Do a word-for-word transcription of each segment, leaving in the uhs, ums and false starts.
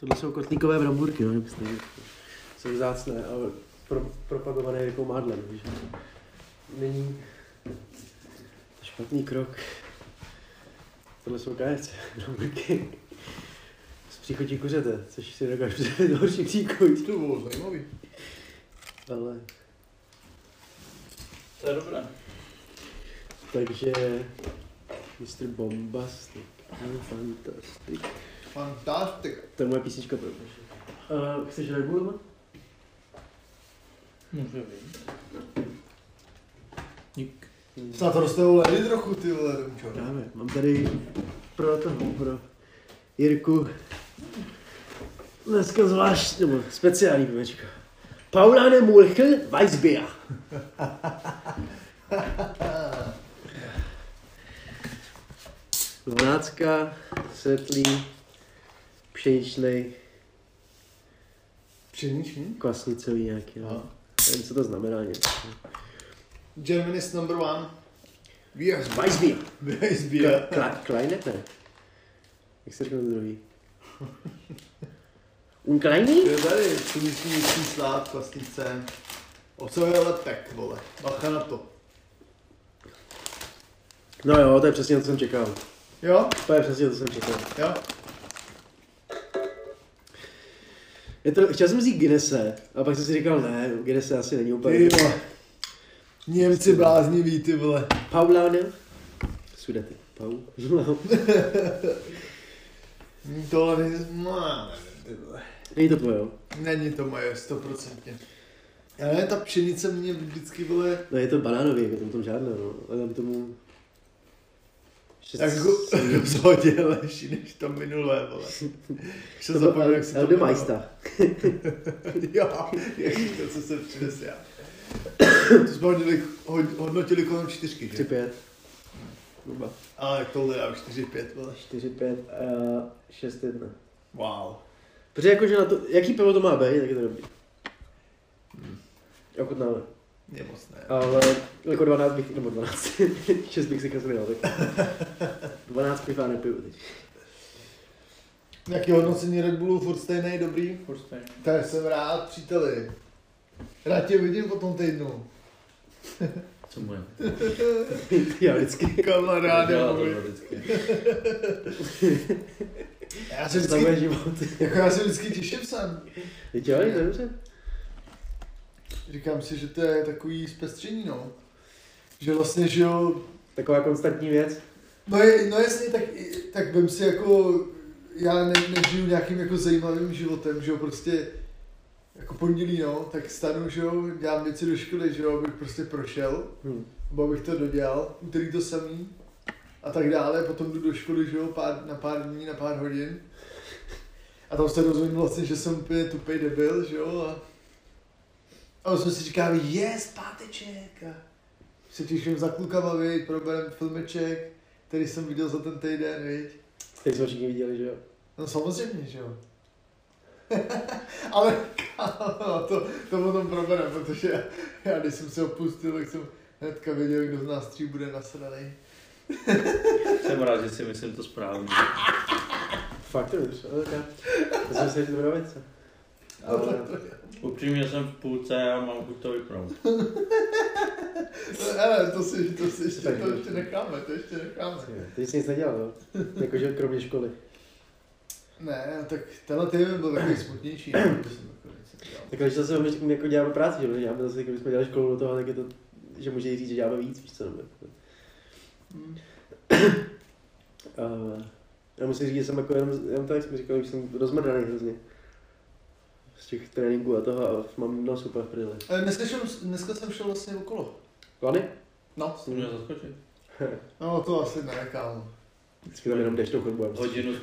Tohle jsou kotlíkové bramburky, no, kdybyste viděli. Jsou vzácné, ale pro, propagované Jirkou Mádlem, víš. Není to špatný krok. Tohle jsou K F C bramburky. Z příchutí kuřete, což si dokážu představit horší příchuť. To bylo zajímavý. Ale... To je dobré. Takže... mister Bombastic. Fantastic. Fantastic. To je moje písnička pro uh, chceš Red Bull? Může být. Dík. Snad rostou ledy trochu, ty vole, Domčo. Právě, mám tady pro toho, pro Jirku dneska zvlášť, nebo speciální pivečko. Paulaner Mulchl Weissbier. Dvanáctka, světlý, pšeničnej, Pšeničný? kvasnicový nějaký, no. Nevím, co to znamená něco. Germany's number one. Beer. Weissbier. Weissbier. Kleinet, ne? Jak se řekne druhý? Un kleiny? To je tady, pšeniční jistý slad, kvasnice. Ocový lepek, vole. Bacha na to. No jo, to je přesně to, co jsem čekal. Jo? To je přesně to, co jsem čekal. Jo? Je to, chtěl jsem říct Guinnesse, a pak jsem si říkal, ne, Guinnesse asi není úplně. Ty vole. Němci blázniví, ty vole. Paulaner? Sudety. Paul? Tohle není... No, nevím, ty vole. Není to tvoje, jo? Není to moje, stoprocentně. Já nevím, ta pšenice mě vždycky, vole... No je to banánový, jako to tom žádné, no. Ale tam tomu... Šest... Jako rozhodně lepší než to minulé, vole. Už se zapomněl, jak se to Eldemeister. Jo, ježiš, to, co jsem přinesl já. To jsme hodnotili, hodnotili kolem čtyřky, že? tři pět. Zhruba. Ale tohle já už čtyři pět, vole. čtyři pět a šest jedna. Wow. Protože jakože na to, jaký pivo to má být, tak je to dobrý. Hmm. Ochutnáme. Je moc ne. Ale jako dvanáct bych, nebo dvanáct, šest bych si kasli dal, tak dvanáct piv a nepiju teď. Jaký hodnocení Red Bullu, furt stejný, dobrý? Furt stejný. Tak jsem rád, příteli. Rád tě vidím po tom týdnu. Co mu je? Já vždycky. Kamaráde Dělá můj. to vždycky. Já se To bude vždycky, život. jako já se vždycky těším sem. Teď jo, je to dobře. Říkám si, že to je takový zpestření, no. Že vlastně, že jo, Taková konstantní věc. no, je, no jasně, tak, tak vem si jako, já ne, nežiju nějakým jako zajímavým životem, že jo, prostě jako pondělí, no, tak stanu, že jo, dělám věci do školy, že jo, abych prostě prošel, Hmm. nebo abych to dodělal, úterý to samý a tak dále, potom jdu do školy, že jo, pár, na pár dní, na pár hodin a tam se dozvím vlastně, že jsem úplně tupej debil, že jo, a, a jsme si říkali, yes, páteček a se těším za klukama, viď, proberem filmeček, který jsem viděl za ten týden, viď. Teď jsme všichni viděli, že jo. No samozřejmě, že jo. Ale kámo, to, to potom proberem, protože já, já když jsem se opustil, tak jsem hnedka věděl, kdo z nás tří bude nasranej. Jsem rád, že si myslím to správně. Fakt to víš, ale tak. To jsem si říct dobrá věc. Ale Upřímně jsem v půlce a mám chuť to vypnout. Ale to si, to si ještě, Tak to jo. ještě necháme, to ještě necháme. ty jsi nic nedělal, jo? Jakože kromě školy. Ne, tak tenhle týden byl takový smutnější, ne? To jsem takový něco dělal. Tak když zase my jako děláme práci, že jo? Děláme zase, když jsme dělali školu do toho, tak je to, že může říct, že děláme víc, víš co, nebo. Hmm. Uh, já musím říct, že jsem jako jenom, jenom tak jsem říkal, že jsem rozmrdaný hrozně. Z těch tréninků a toho a mám nos úplně v prdeli. Ale dneska, šel, dneska jsem šel vlastně okolo. Klany? No. To mě zaskočit. No to asi ne, kámo. Vždycky tam jenom jdeš tou chodbou. Hodinu.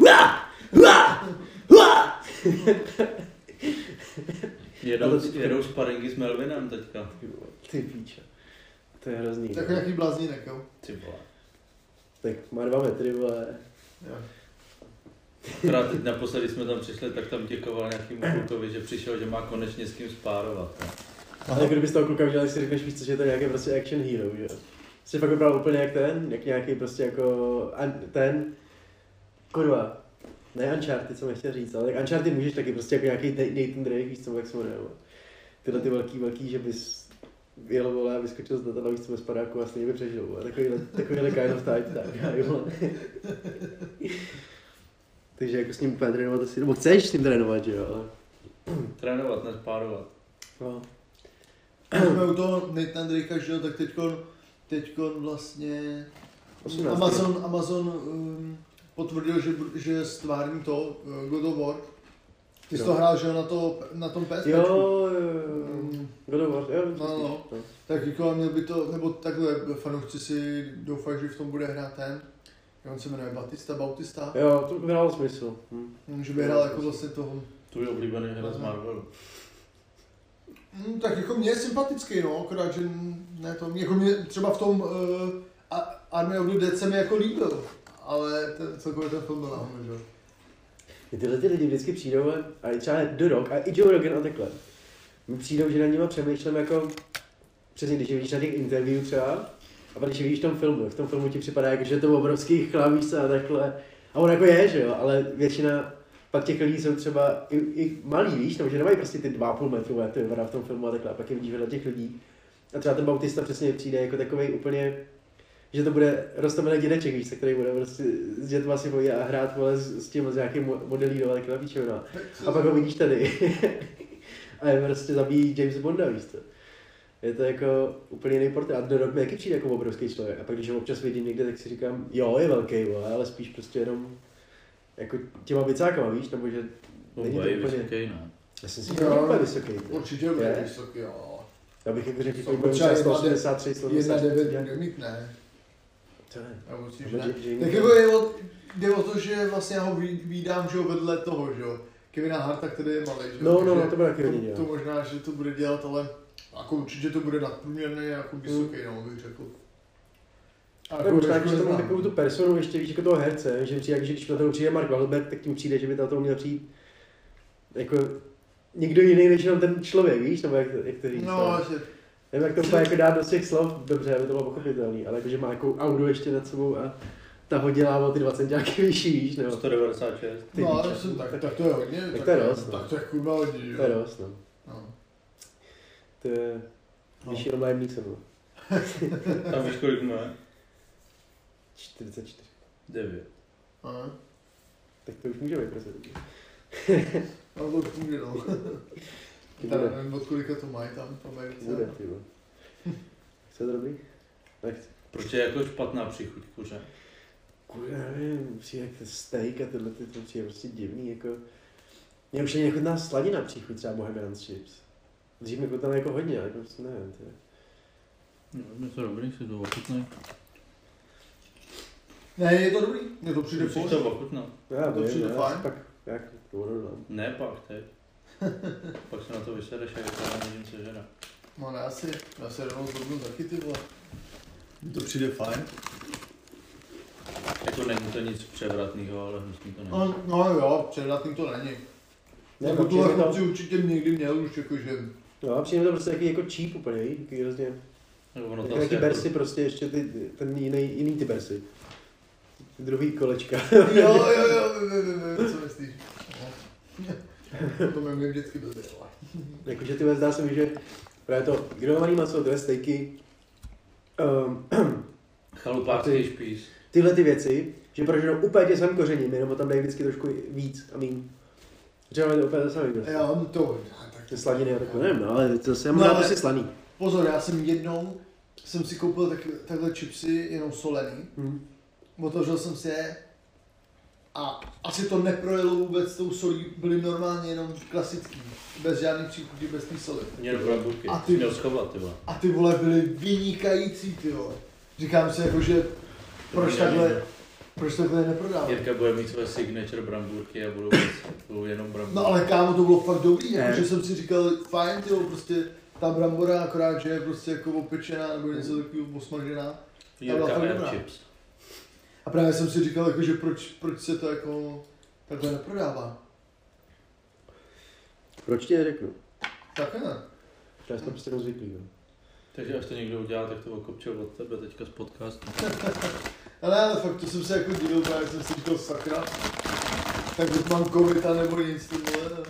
Jedou, jedou sparingy s Melvinem teďka. Ty píče. To je hrozný. Tak nějaký bláznínek, jo? Ty vole. Tak má dva metry, vole. Jo. Akorát teď naposledy jsme tam přišli, tak tam děkoval nějakým klukovi, že přišel, že má konečně s kým spárovat. Ne? Ale kdyby z toho kluka udělal, si řekneš, víš co, že to je nějaký prostě action hero, že jo. Jsi fakt vypadal úplně jak ten, jak nějaký prostě jako, an, ten, kurva, Ne Uncharted, jsem nechtěl říct, ale tak Uncharted můžeš taky prostě jako nějaký Nathan Drake, víš co, jak se jmenuje. Tyhle ty velký, velký, že bys jel, vole, a vyskočil z letadla, víš co, bez padáku a stejně by přežil, vole. Takovýhle, takovýhle kind of type, tak, vole. Takže jako s ním úplně trénovat asi, nebo chceš s ním trénovat, že jo, ale... Trénovat, nespárovat. No. Jsme u toho Nathan Drakea, že jo, tak teďkon, teďkon vlastně osmnáct Amazon, Amazon um, potvrdil, že, že stvární to uh, God of War. Ty jsi to hrál, že jo, na, to, na tom P S P. Jo, jo, jo. God of War, jo. No, no. no. Tak jako měl by to, nebo takhle, fanoušci si doufají, že v tom bude hrát ten, jak on se jmenuje, Batista, Bautista. Jo, to by dalo smysl. Hm. Že by hrál jako vlastně toho. Tu je oblíbený hra z Marvelu. Hmm, tak jako mě je sympatický, no, akorát, že ne to, jako mě třeba v tom uh, Army of the Dead se mi jako líbil, ale ten, celkově ten film byl náhodou, že jo. Tyhle ty lidi vždycky přijdou, a i třeba The Rock, a i Joe Rogan a takhle. Mi přijdou, že na něma přemýšlím jako, přesně když je vidíš na těch interview třeba, a pak když je vidíš v tom filmu, v tom filmu ti připadá jako, že je to obrovský chlap, víš co, a takhle. A on jako je, že jo, ale většina pak těch lidí jsou třeba i, i malí, víš, nebo že nemají prostě ty dva a půl metru, jak to vypadá v tom filmu a takhle, a pak je vidíš vedle těch lidí. A třeba ten Bautista přesně přijde jako takovej úplně, že to bude roztomilý dědeček, víš, se který bude prostě s dětma si povídat a hrát vole, s, s tím s nějakým modelí, ale takhle píčovina. A pak ho vidíš tady. A je prostě zabíjí James Bonda, víš co. Je to jako úplně jiný portrét. A do Rock mi taky přijde jako obrovský člověk. A pak když ho občas vidím někde, tak si říkám, jo, je velký, vole, ale spíš prostě jenom jako těma bicákama, víš, nebo že není to úplně... Vysoký, no. Já jsem si říkal, úplně vysoký. Určitě je vysoký, jo. Já bych jako řekl, že Třeba třeba sto osmdesát tři, sto osmdesát čtyři. jedna devět bude mít, ne. To ne. Já musím, Že- ne. že- Tak jako je o, jde o to, že vlastně já ho ví- vídám, že jo, vedle toho, že jo. Kevina Harta, který je malý, že jo. No, no, Takže no, to bude taky hodně, to, jo. to možná, že to bude dělat, ale jako určitě to bude nadprůměrný, jako Hmm. vysoký, no, bych řekl. A Tak možná, trošku že to má neznám. takovou tu personu, ještě víš, jako toho herce, že přijde, že když na to přijde Mark Wahlberg, tak tím přijde, že by na to měl přijít jako někdo jiný, než jenom ten člověk, víš, nebo jak, jak to říct. No, asi. Nevím, jak to úplně jako dát do těch slov, dobře, aby to bylo pochopitelný, ale jakože má jako audu ještě nad sebou a ta ho dělá o ty dva centiáky vyšší, víš, nebo sto devadesát šest. ty No, ale víš, jsem, tak, tak to je hodně. Tak to je dost, no. Tak to je kurva hodně, že jo. to je dost, no. No. To je No. vyšší jenom nájemník se mnou. Tam víš, kolik má? čtyřicet čtyři. devět. Aha. Tak to už může být prostě. No to už může, no. To Já bude, nevím, od kolika to mají tam v Americe. bude, ty vole. Chce to dobrý? Nechci. Proč je jako špatná příchuť kuře? Kurva, nevím, přijde jak steak a tyhle ty to přijde prostě divný, jako... Mě už ani nechutná sladina příchuť, třeba Mohammedan's chips. Dřív mi chutnalo jako hodně, ale prostě nevím, to je. No, je to dobrý, si to ochutnej. Ne, je to dobrý, mně to přijde Musíš pohodě. to ochutnat. Já To vím, přijde já fajn. si pak jak to odhodlám. Ne pak, teď. Pak se na to vysedeš a vypadá nevím, co žere. No ne, asi, já se rovnou zhodnu taky, ty vole. Mně to přijde fajn. Jako není to nic převratného, ale hnusný to není. No, no jo, předatým to není. Ne, Jako pak tohle přijde chlapci to, určitě někdy měl už jakože... no a přijde mi to prostě taky jako cheap úplně, víš, taky hrozně. Jako ono to Taky asi taky jako- bersy prostě, ještě ty, ten jiný, jiný ty bersy. Ty druhý kolečka. Jo, jo, jo, vím, vím, vím, co myslíš. No. To mě vždycky blbě, vole. Jakože ty zdá se mi, že právě to grilovaný maso, tyhle stejky, um, Chalupácký A ty- špíš. tyhle ty věci, že proženou úplně tě samým kořením, jenom tam dají vždycky trošku víc a míň. Třeba je to úplně to samé. Prostě. Já mám to, tak Ty sladiny, já takový nevím, no, ale to se já No, mám rád ale- prostě slaný. pozor, já jsem jednou, jsem si koupil tak, takhle chipsy, jenom solený. Hm. Otevřel jsem si je a asi to neprojelo vůbec tou solí, byly normálně jenom klasický, bez žádných příchutí, bez té soli. Mě do bramburky. A A ty- ty měl schovat, ty vole. A ty vole byly vynikající, ty vole. Říkám si jako, že proč takhle, proč takhle neprodávat? Jirka bude mít své signature bramburky a budou, budou jenom bramburky. No ale kámo, to bylo fakt dobrý, Ne. jako, že jsem si říkal, fajn, ty vole, prostě ta brambora, akorát, že je prostě jako opečená nebo něco takového osmažená. Jirka fakt Air dobrá. chips. A právě jsem si říkal, jako, že proč, proč se to jako takhle neprodává. Proč ti neřeknu? Tak ne. Já jsem prostě rozvyklý, no. Takže až to někdo udělá, tak to okopčil od tebe teďka z podcastu. Ale, ale fakt to jsem se jako divil, právě jsem si říkal sakra. Tak buď mám covid, nebo nic, to vole.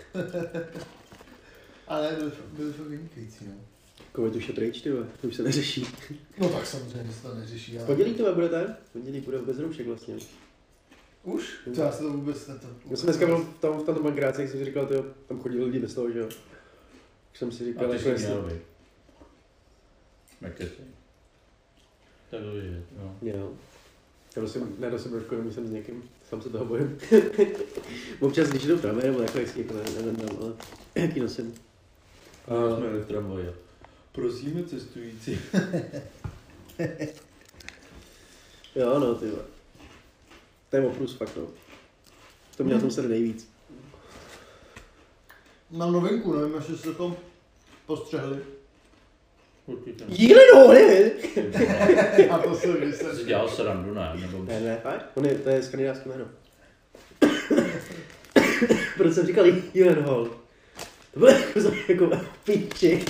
Ale byl, byl to vynikající, no. Covid už je pryč, ty vole, to už se neřeší. No tak samozřejmě se to neřeší. V pondělí to budete? V pondělí bude bez roušek vlastně. Už? To já se to vůbec neto. Já jsem dneska byl v tom, v tom bankráci, jak jsem si říkal, tyjo, tam chodí lidi bez toho, že jo. Už jsem si říkal, A ty jako jsi jestli... měl být. Nekeci. Tak to je, no. Jo. Já musím, ne do sebe trošku, jsem s někým, sám se toho bojím. Občas, když jdu tramvaj nebo takhle, jestli jako nevím, ale jaký nosím. A jsme v tramvaji. Prosíme cestující. Jo, no, ty vole. To je oprus fakt, no. To mě na tom sere nejvíc. Mám novinku, nevím, jestli jste to postřehli. Určitě. Jíle, no, nevím. Já to jsem Jsi myslel. dělal srandu, ne? Nebo... Ne, ne, fakt? On je, to je skandinávské jméno. Proto jsem říkal Jílenhol. To bylo jako, jako píči.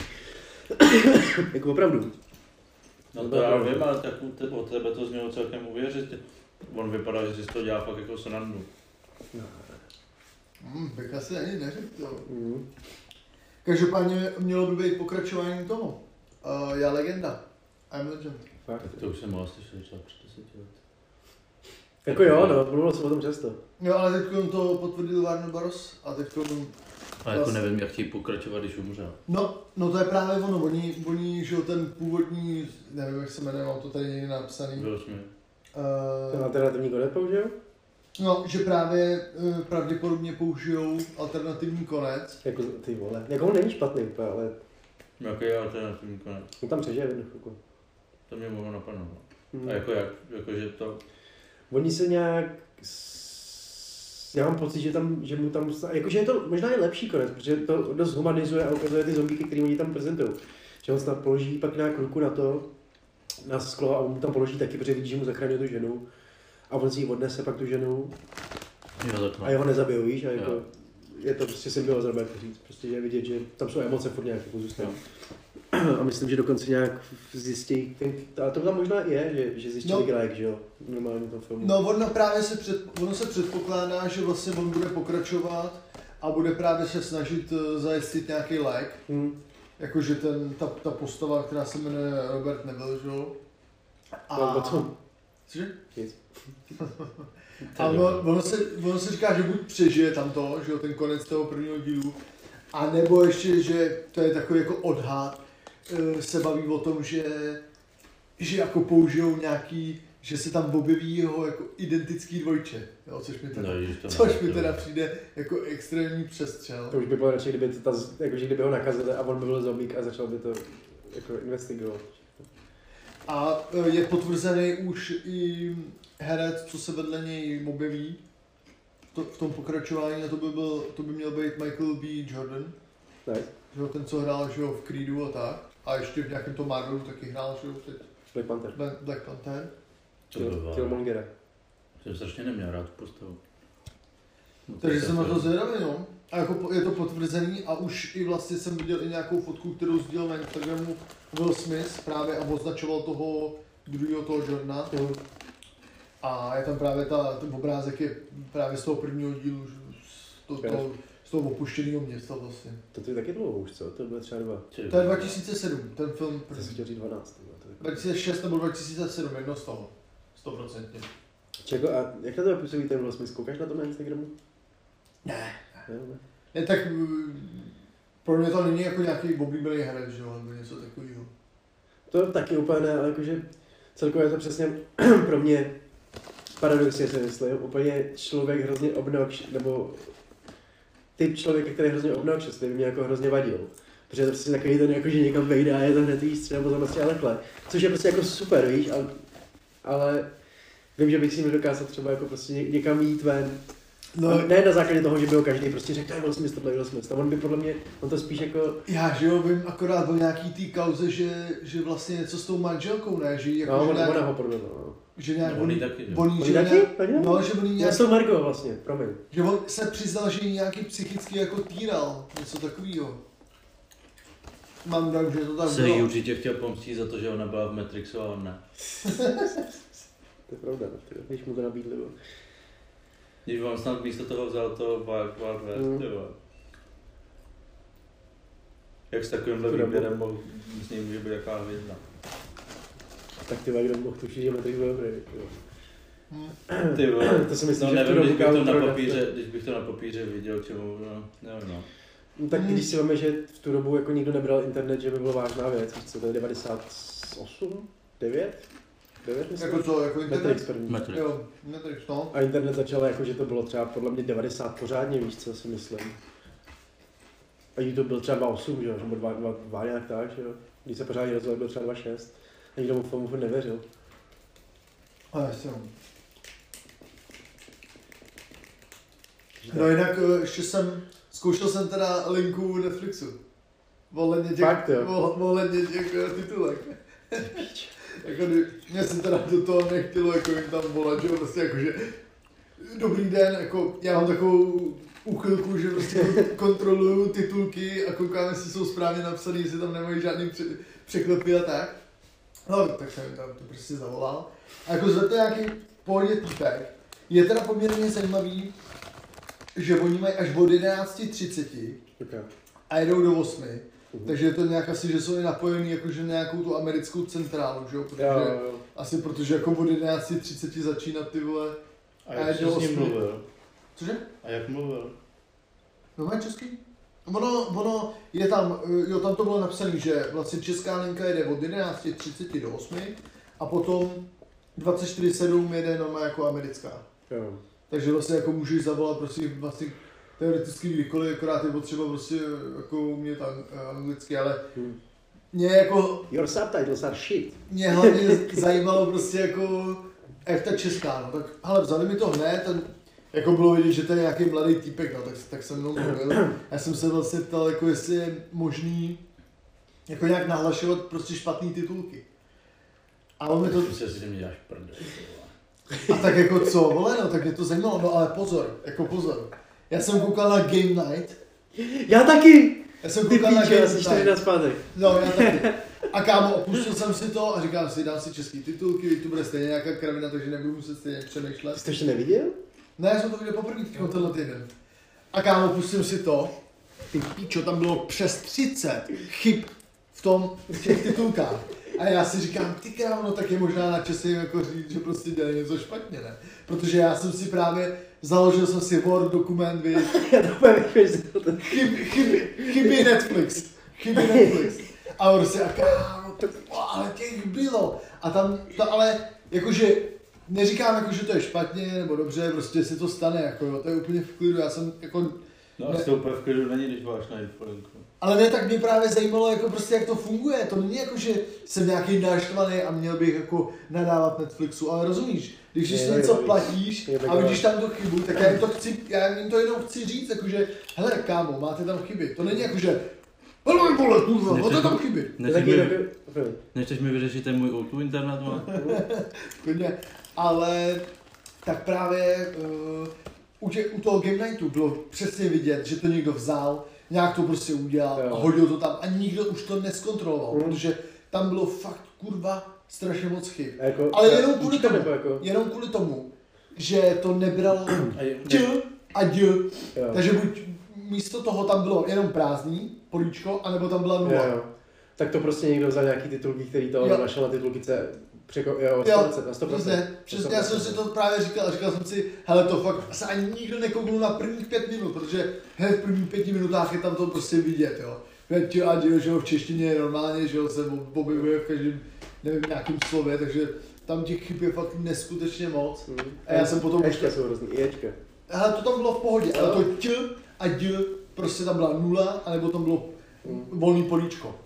Jako opravdu. No to já vím, ale tak od tebe to znělo celkem uvěřit. On vypadá, že si to dělá fakt jako srandu. Hmm, bych asi ani neřekl to. Mm. Každopádně mělo by být pokračování toho. Uh, já legenda. I'm legend. Fakt. Tak to už jsem mohl slyšet třeba před deseti let. Jako jo, no, mluvil jsem o tom často. Jo, ale teď to potvrdil Warner Bros. A teď A jako nevím, jak chtějí pokračovat, když umřel. No, no to je právě ono. Oni, oni že jo, ten původní, nevím, jak se jmenuje, mám to tady někde napsaný. Byl jsme. Ten Uh, alternativní konec použil? no, že právě uh, pravděpodobně použijou alternativní konec. Jako ty vole. Jako on není špatný úplně, ale Jaký je alternativní konec? on tam přežije v jednu chvilku. To mě mohlo napadnout. Hmm. A jako jak, jakože to... Oni se nějak... s- Já mám pocit, že tam, že mu tam, jakože je to možná je lepší konec, protože to dost humanizuje a ukazuje ty zombíky, které oni tam prezentují. Že on snad položí pak nějak ruku na to, na sklo a on mu tam položí taky, protože vidí, že mu zachraňuje tu ženu. A on si ji odnese pak tu ženu Jo, tak a jeho nezabijou, víš, a jako, Jo. je to prostě symbioza, nebo jak to říct, prostě je vidět, že tam jsou emoce furt nějak jako zůstanou. A myslím, že dokonce nějak zjistí, ten, a to tam možná i je, že, že zjistili No. Greg, že jo, normálně v tom filmu. No, ono právě se, před, ono se předpokládá, že vlastně on bude pokračovat a bude právě se snažit uh, zajistit nějaký lék. Hmm. Jakože ten, ta, ta postava, která se jmenuje Robert Neville, že jo? A... No, potom. Cože? Nic. A ono, ono, se, ono se říká, že buď přežije tam to, že jo, ten konec toho prvního dílu, a nebo ještě, že to je takový jako odhad, eh, se baví o tom, že, že jako použijou nějaký, že se tam objeví jeho jako identický dvojče, jo, což mi teda, No, vidíš, to což ne, mi to teda ne. přijde jako extrémní přestřel. To už by bylo radši, kdyby, to ta, jakože kdyby ho nakazili a on by byl zombík a začal by to jako investigovat. A eh, je potvrzený už i herec, co se vedle něj objeví to, v tom pokračování, a to by, byl, to by měl být Michael B. Jordan. Nice. Že jo, ten, co hrál, že jo, v Creedu a tak. A ještě v nějakém tom Marvelu taky hrál, že jo, teď Black Panther. Black, Black Panther. To bylo. Kill- Killmongera. Jsem strašně neměl rád tu postavu. No, Takže to jsem na je to zvědavý, no. A jako po- je to potvrzený a už i vlastně jsem viděl i nějakou fotku, kterou sdílel na Instagramu Will Smith právě a označoval toho druhého toho Jordana. Mm. A je tam právě ta, ten obrázek je právě z toho prvního dílu, že z, to, to, z toho opuštěného města vlastně. To ty taky dlouho už, co? To bylo třeba dva. Ty To je vole. dva tisíce sedm, ten film To jsem chtěl říct dvanáct. nebo to je dva jako- tisíce šest nebo dva tisíce sedm, jedno z toho. sto procent. Čeko, a jak na to působí ten Will Smith? Koukáš na to na Instagramu? Ne. Ne, ne. Ne, tak mm, pro mě to není jako nějaký oblíbený herec, že jo, nebo něco takového. To taky úplně ne, ale jakože celkově je to přesně pro mě paradoxně si myslím, úplně člověk hrozně obnox, nebo typ člověka, který je hrozně obnoxious, který by mě jako hrozně vadil. Protože je to prostě takový ten, jako, že někam vejde a je to hned víc třeba pozornosti a takhle. Což je prostě jako super, víš, ale, ale vím, že bych si nedokázal třeba jako prostě ně, někam jít ven. No, A ne na základě toho, že by ho každý prostě řekl, to je Will Smith, tohle je Will Smith. A on by podle mě, on to spíš jako, já, že jo, vím akorát o nějaký tý kauze, že, že vlastně něco s tou manželkou, ne, že jako, no, že ona, nějak, ona ho podvedla, no. že nějak, No, on jí taky, že? on, jí, On že jí taky? nějak, Hodně? no, že on jí Já nějak, jsem Margo vlastně, promiň. že on se přiznal, že jí nějaký psychicky jako týral, něco takového. Mám dojem, že to tak Se jí bylo. určitě chtěl pomstit za to, že ona byla v Matrixu a on ne. To je pravda, no, ty, když mu to nabídli. Bo. Když on snad místo toho vzal to Wild Wild West, Mm. ty vole. Jak s takovýmhle Tu dobu. výběrem mohl, s ním může být jaká hvězda. Tak ty kdo mohl tušit, že Matrix byl dobrý. Jo. Hmm. Ty vole, To si myslím, no že v tu nevím, dobu když bych, to kámo na pro papíře, když bych to na papíře viděl, čemu, no, nevím no. No, tak Hmm. když si veme, že v tu dobu jako nikdo nebral internet, že by byla vážná věc, víš co, to je devadesát osm, devět? devět myslím? Jako co, jako Matrix internet? první. Matrix. Jo, Matrix, no. A internet začal jako, že to bylo třeba podle mě devadesát pořádně, víš co si myslím. A YouTube byl třeba dva osm, že jo, nebo dva, dva, dva nějak tak, že jo. Když se pořádně rozhodl, byl třeba dva šest. A nikdo mu v tomu furt nevěřil. Ale jasně, no. No jinak eh, ještě jsem, zkoušel jsem teda linku Netflixu. Ohledně těch, Fakt, jo? oh- ohledně těch eh, titulek. Jako, kdy- mě se teda do toho nechtělo jako jim tam volat, že jo, prostě jakože dobrý den, jako já mám takovou úchylku, že prostě kontroluju titulky a koukám, jestli jsou správně napsaný, jestli tam nemají žádný pře- překlepy a tak. No, tak jsem jim tam to prostě zavolal. A jako zvedl nějaký pohodě týpek. Je teda poměrně zajímavý, že oni mají až od jedenáct třicet Okay. a jedou do osmi. Mhm. Takže je to nějak asi, že jsou i napojený jakože nějakou tu americkou centrálu, že jo? Protože, Jo, jo, jo. asi protože jako od jedenáct třicet začínat ty vole. A A jak jsi do s ním osmi. mluvil? Cože? A jak mluvil? No má český? Ono, ono je tam, jo, tam to bylo napsané, že vlastně česká linka jede od jedenáct třicet do osmi a potom dvacet čtyři sedm jede normálně jako americká. Jo. Takže vlastně jako můžeš zavolat prostě vlastně teoreticky kdykoliv, akorát je potřeba prostě jako umět ang- anglicky, ale Hmm. mě jako, Your subtitles are shit. mě hlavně zajímalo prostě jako, jak ta česká, no tak, hele, vzali mi to hned, ten, jako bylo vidět, že to je nějaký mladý týpek, no, tak, tak jsem mnou mluvil. Já jsem se vlastně ptal, jako jestli je možný jako nějak nahlašovat prostě špatný titulky. A on mi to, Myslím si, že mi děláš prdel. a tak jako co, vole, no, tak mě to zajímalo, no ale pozor, jako pozor. Já jsem koukal na Game Night, Já taky! já jsem Ty koukal na píče, Game já jsem čtyři Night. na zpátek. No, já taky. A kámo, opustil jsem si to a říkám si, dám si český titulky, to bude stejně nějaká kravina, takže nebudu muset stejně přemýšlet. Ty jsi to ještě neviděl? Ne, já jsem to viděl poprvé teďko tenhle týden. A kámo, pustím si to, ty píčo, tam bylo přes třicet chyb v tom, v těch titulkách. A já si říkám, ty krávo, no tak je možná na čase jim jako říct, že prostě dělají něco špatně, ne? Protože já jsem si právě, založil jsem si Word dokument, víš, Já to úplně vychvěřil. chyby, chyby, chyby Netflix, chyby Netflix. A prostě, a kámo, to, ale těch bylo. A tam, to ale, jakože, neříkám jako, že to je špatně, nebo dobře, prostě se to stane, jako jo, to je úplně v klidu, já jsem jako, No a to úplně v klidu není, když voláš na infolinku. ale ne, tak mě právě zajímalo, jako prostě, jak to funguje, to není jako, že jsem nějaký naštvaný a měl bych jako nadávat Netflixu, ale rozumíš, když Je, si je, něco je, platíš je, je, a vidíš tam tu chybu, tak já jim to chci, já jim to jenom chci říct, jakože, hele kámo, máte tam chyby, to není jako, že, hele vole, kurva, máte tam chyby. Je Nechceš taky mi, takový... nechceš mi vyřešit ten můj ultu internet, má? Klidně, ale tak právě uh, u, tě, u toho Game Nightu bylo přesně vidět, že to někdo vzal, nějak to prostě udělal Jo. a hodil to tam a nikdo už to neskontroloval, Mm. protože tam bylo fakt kurva strašně moc chyb. A jako, Ale jenom kvůli Učka tomu, nebo jako... jenom kvůli tomu, že to nebralo A je- d a d, Jo. takže buď místo toho tam bylo jenom prázdný políčko, anebo tam byla Jo, nula. jo. Tak to prostě někdo vzal nějaký titulky, který to Jo. našel na titulky C. Překo... Jo, Jo, sto procent, na sto procent. Přesně, přesně, já jsem si to právě říkal a říkal jsem si, hele to fakt, se ani nikdo nekouknul na prvních pět minut, protože hned v prvních pěti minutách je tam to prostě vidět, jo. Věď, a dějo, že jo, v češtině je normálně, že jo, se objevuje v každém, nevím, nějakým slově, takže tam těch chyb je fakt neskutečně moc. Mm. A já jsem potom... Ečka jsou hrozný, i Ečka. Hele, to tam bylo v pohodě, ale to t a d, prostě tam byla nula, anebo tam bylo Mm. volný políčko.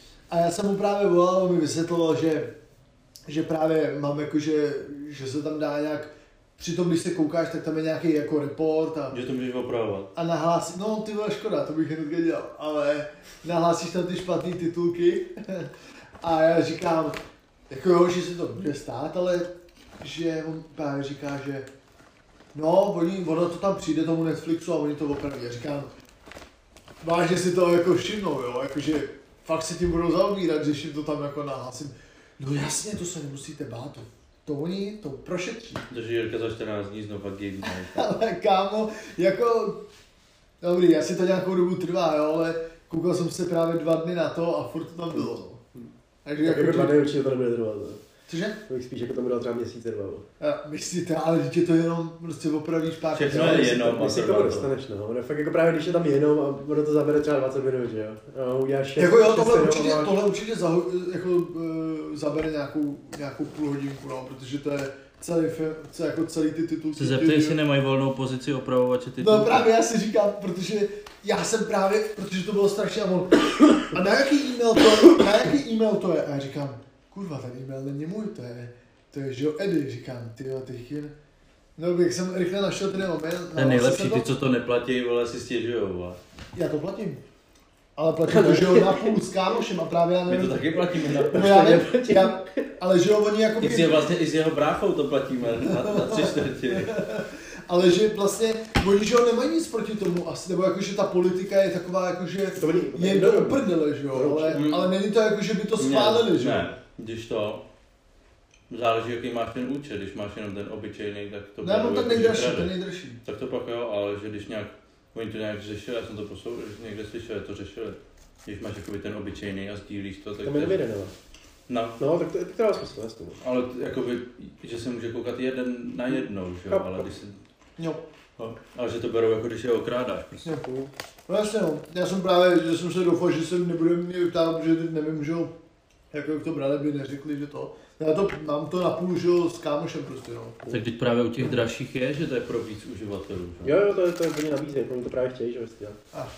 A já jsem mu právě volal, on mi vysvětloval, že, že právě mám jako, že, že se tam dá nějak, přitom když se koukáš, tak tam je nějaký jako report a, Že to můžeš opravovat. a nahlásí, no ty vole škoda, to bych hned dělal, ale nahlásíš tam ty špatné titulky a já říkám, jako jo, že se to bude stát, ale že on právě říká, že no, oni, ono to tam přijde tomu Netflixu a oni to opraví. Já říkám, vážně si to jako všimnou, jo, jakože fakt se tím budou zaobírat, že jim to tam jako nahlásím. No jasně, to se nemusíte bát, to, to oni to prošetří. Takže Jirka za čtrnáct dní znova game night. Ale kámo, jako, dobrý, asi to nějakou dobu trvá, jo, ale koukal jsem se právě dva dny na to a furt to tam bylo. Takže tak jako dva dny určitě to nebude trvat. Cože? To bych spíš jako to bylo třeba měsíc trvalo. Myslíte, ale teď je to jenom prostě opravíš pár. Všechno je jenom. Když si k tomu dostaneš, no. Ono fakt jako právě když je tam jenom a ono to zabere třeba dvacet minut, že jo. No, uděláš šest, jako jo, tohle šest určitě, máš... tohle určitě zaho, jako, uh, zabere nějakou, nějakou půl hodinku, no, protože to je celý, celý, jako celý ty titulky. Se zeptej, jestli nemají volnou pozici opravovače titulky. No právě já si říkám, protože já jsem právě, protože to bylo strašně a on, a na jaký e-mail to je, na jaký e-mail to je? A já říkám, kurva, ten e-mail není můj, to je, to je, že jo, Edy, říkám, ty jo, teď jen. No, jak jsem rychle našel ten e-mail. Ten nejlepší, ty, co to neplatí, vole, si stěžujou, vole. Já to platím. Ale platím to, že jo, na půl s kámošem a právě já nevím. My to taky platíme na půl. No já ne, já, ale že jo, oni jako... I s, vlastně, i s jeho bráchou to platíme na, na tři čtvrtiny. Ale že vlastně, oni že jo nemají nic proti tomu asi, nebo jakože ta politika je taková jakože je do uprdele, že jo, ale, ale není to jako, že by to schválili, že jo. Ne, když to, záleží, jaký máš ten účet, když máš jenom ten obyčejný, tak to... Ne, no tak nejdražší, ten nejdražší. Tak to pak jo, ale že když nějak, oni to nějak řešili, já jsem to poslouchal, že někde slyšel, to řešili. Když máš jakoby ten obyčejný a sdílíš to, tak... Tam je jenom jeden, ale. No. No, tak to, to dává smysl, jasně. Ale jakoby, že se může koukat jeden na jednou, že jo, ale když se... Jo. No, ale že to berou jako když je okrádáš prostě. Jo. No jasně no, já jsem právě, že jsem se doufal, že se nebude mě ptát, že teď nevím, že jo, jako jak to brali, by neřekli, že to. Já to, mám to na půl, že jo, s kámošem prostě, no. Tak teď právě u těch dražších je, že to je pro víc uživatelů, že? Jo, jo, to je, to je úplně nabízej, oni to právě chtějí, že vlastně. Ah,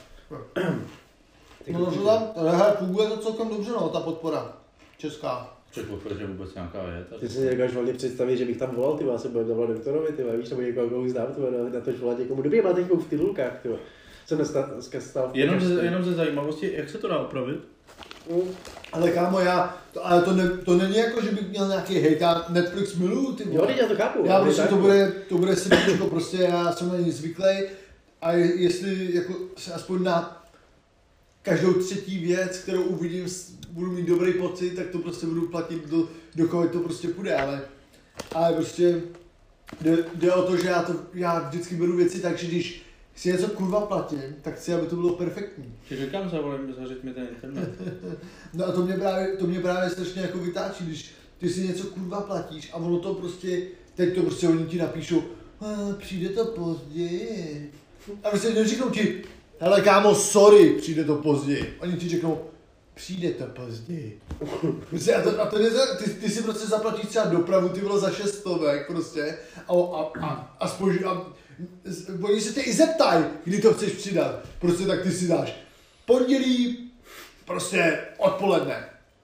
no, no, že tam, hele, funguje to celkem dobře, no, ta podpora česká. Předpoklad, že vůbec nějaká je. Tak... Ty si nedokážeš hlavně představit, že bych tam volal, ty se budeme zavolat doktorovi, ty víš, nebo někoho, koho znám, ty na, na to volat někomu. Dobrý, máte někoho v titulkách, ty jsem dneska stál. Jenom ze, jenom ze zajímavosti, jak se to dá opravit? Mm. Ale kámo, já, to, ale to, ne, to není jako, že bych měl nějaký hejt, já Netflix miluju, ty Jo, teď já to chápu. Já prostě to bude, to bude si jako prostě, já jsem na ní zvyklý a jestli jako se aspoň na každou třetí věc, kterou uvidím, budu mít dobrý pocit, tak to prostě budu platit do, dokud to prostě půjde, ale, ale prostě jde, jde o to, že já, to, já vždycky beru věci tak, že když si něco kurva platím, tak chci, aby to bylo perfektní. Čiže kam zavolím, zařiď mi ten internet? No a to mě právě, to mě právě strašně jako vytáčí, když ty si něco kurva platíš a ono to prostě, teď to prostě oni ti napíšou, přijde to později. A prostě neříknou ti, hele kámo, sorry, přijde to později. Oni ti řeknou, přijde to později. Prostě, a to, a to ne, ty, ty si prostě zaplatíš třeba dopravu, ty bylo za šest stovek prostě a, a, a, a, spoži, a oni se tě i zeptají, kdy to chceš přidat. Prostě tak ty si dáš pondělí, prostě odpoledne.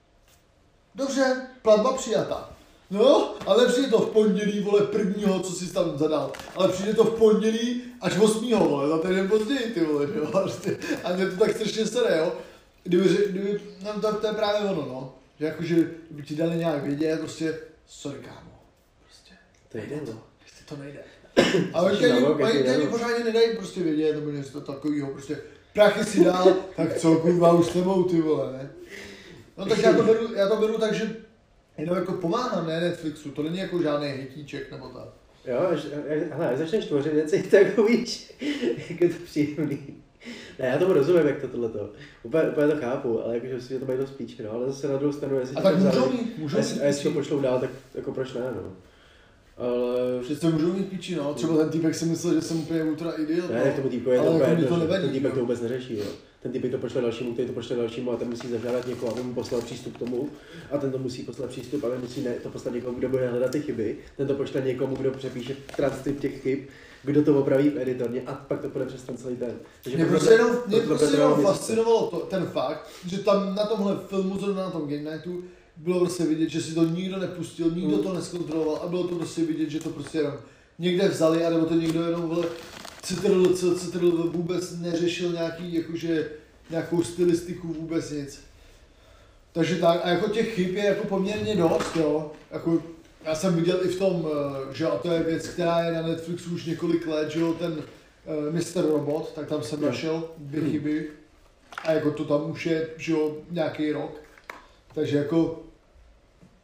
Dobře, platba přijata. No, ale přijde to v pondělí, vole, prvního, co jsi tam zadal. Ale přijde to v pondělí až osmého, vole, za týden později, ty vole, jo. A mě to tak strašně sere, jo. Kdyby, kdyby, no to, to je právě ono, no. Že jakože, kdyby ti dali nějak vědět, prostě, sorry, kámo. Prostě. To jde, no. Prostě to nejde. A oni ani pořádně nedají prostě vědět, nebo něco takového, prostě prachy si dál, tak co, kurva, už s tebou, ty vole, ne? No tak já to beru, já to beru tak, že jenom jako pomáhám, ne Netflixu, to není jako žádný hejtíček nebo tak. Jo, až, hele, až začneš tvořit věci, tak víš, jak je to příjemný. Ne, já tomu rozumím, jak to tohleto. Úplně, úplně to chápu, ale jakože si to mají dost píči, no, ale zase na druhou stranu, jestli a tak můžou mít, můžou mít a jestli to pošlou dál, tak jako proč ne, no. Ale... Přece můžou mít píči, no, třeba ten týpek si myslel, že jsem úplně ultra idiot, ne, no. Tomu týpku je to úplně, jako to nevadí, ten týpek no. To vůbec neřeší, jo. Ten týpek to pošle dalšímu, který to pošle dalšímu a ten musí zažádat někoho, aby mu poslal přístup k tomu a ten to musí poslat přístup, ale musí ne, to poslat někomu, kdo bude hledat ty chyby, ten to pošle někomu, kdo přepíše transkript těch chyb, kdo to opraví v editorně a pak to půjde přes ten celý ten. Takže mě prostě jenom, mě prostě jenom fascinovalo to, ten fakt, že tam na tomhle filmu, zrovna na tom Game Nightu, bylo prostě vidět, že si to nikdo nepustil, nikdo to neskontroloval a bylo to prostě vidět, že to prostě jenom někde vzali, anebo to někdo jenom vole citrl, citrl vůbec neřešil nějaký, jakože, nějakou stylistiku, vůbec nic. Takže tak, a jako těch chyb je jako poměrně dost, jo. Jako, já jsem viděl i v tom, že a to je věc, která je na Netflixu už několik let, že jo, ten uh, mister Robot, tak tam jsem našel dvě chyby a jako to tam už je, že jo, nějaký rok. Takže jako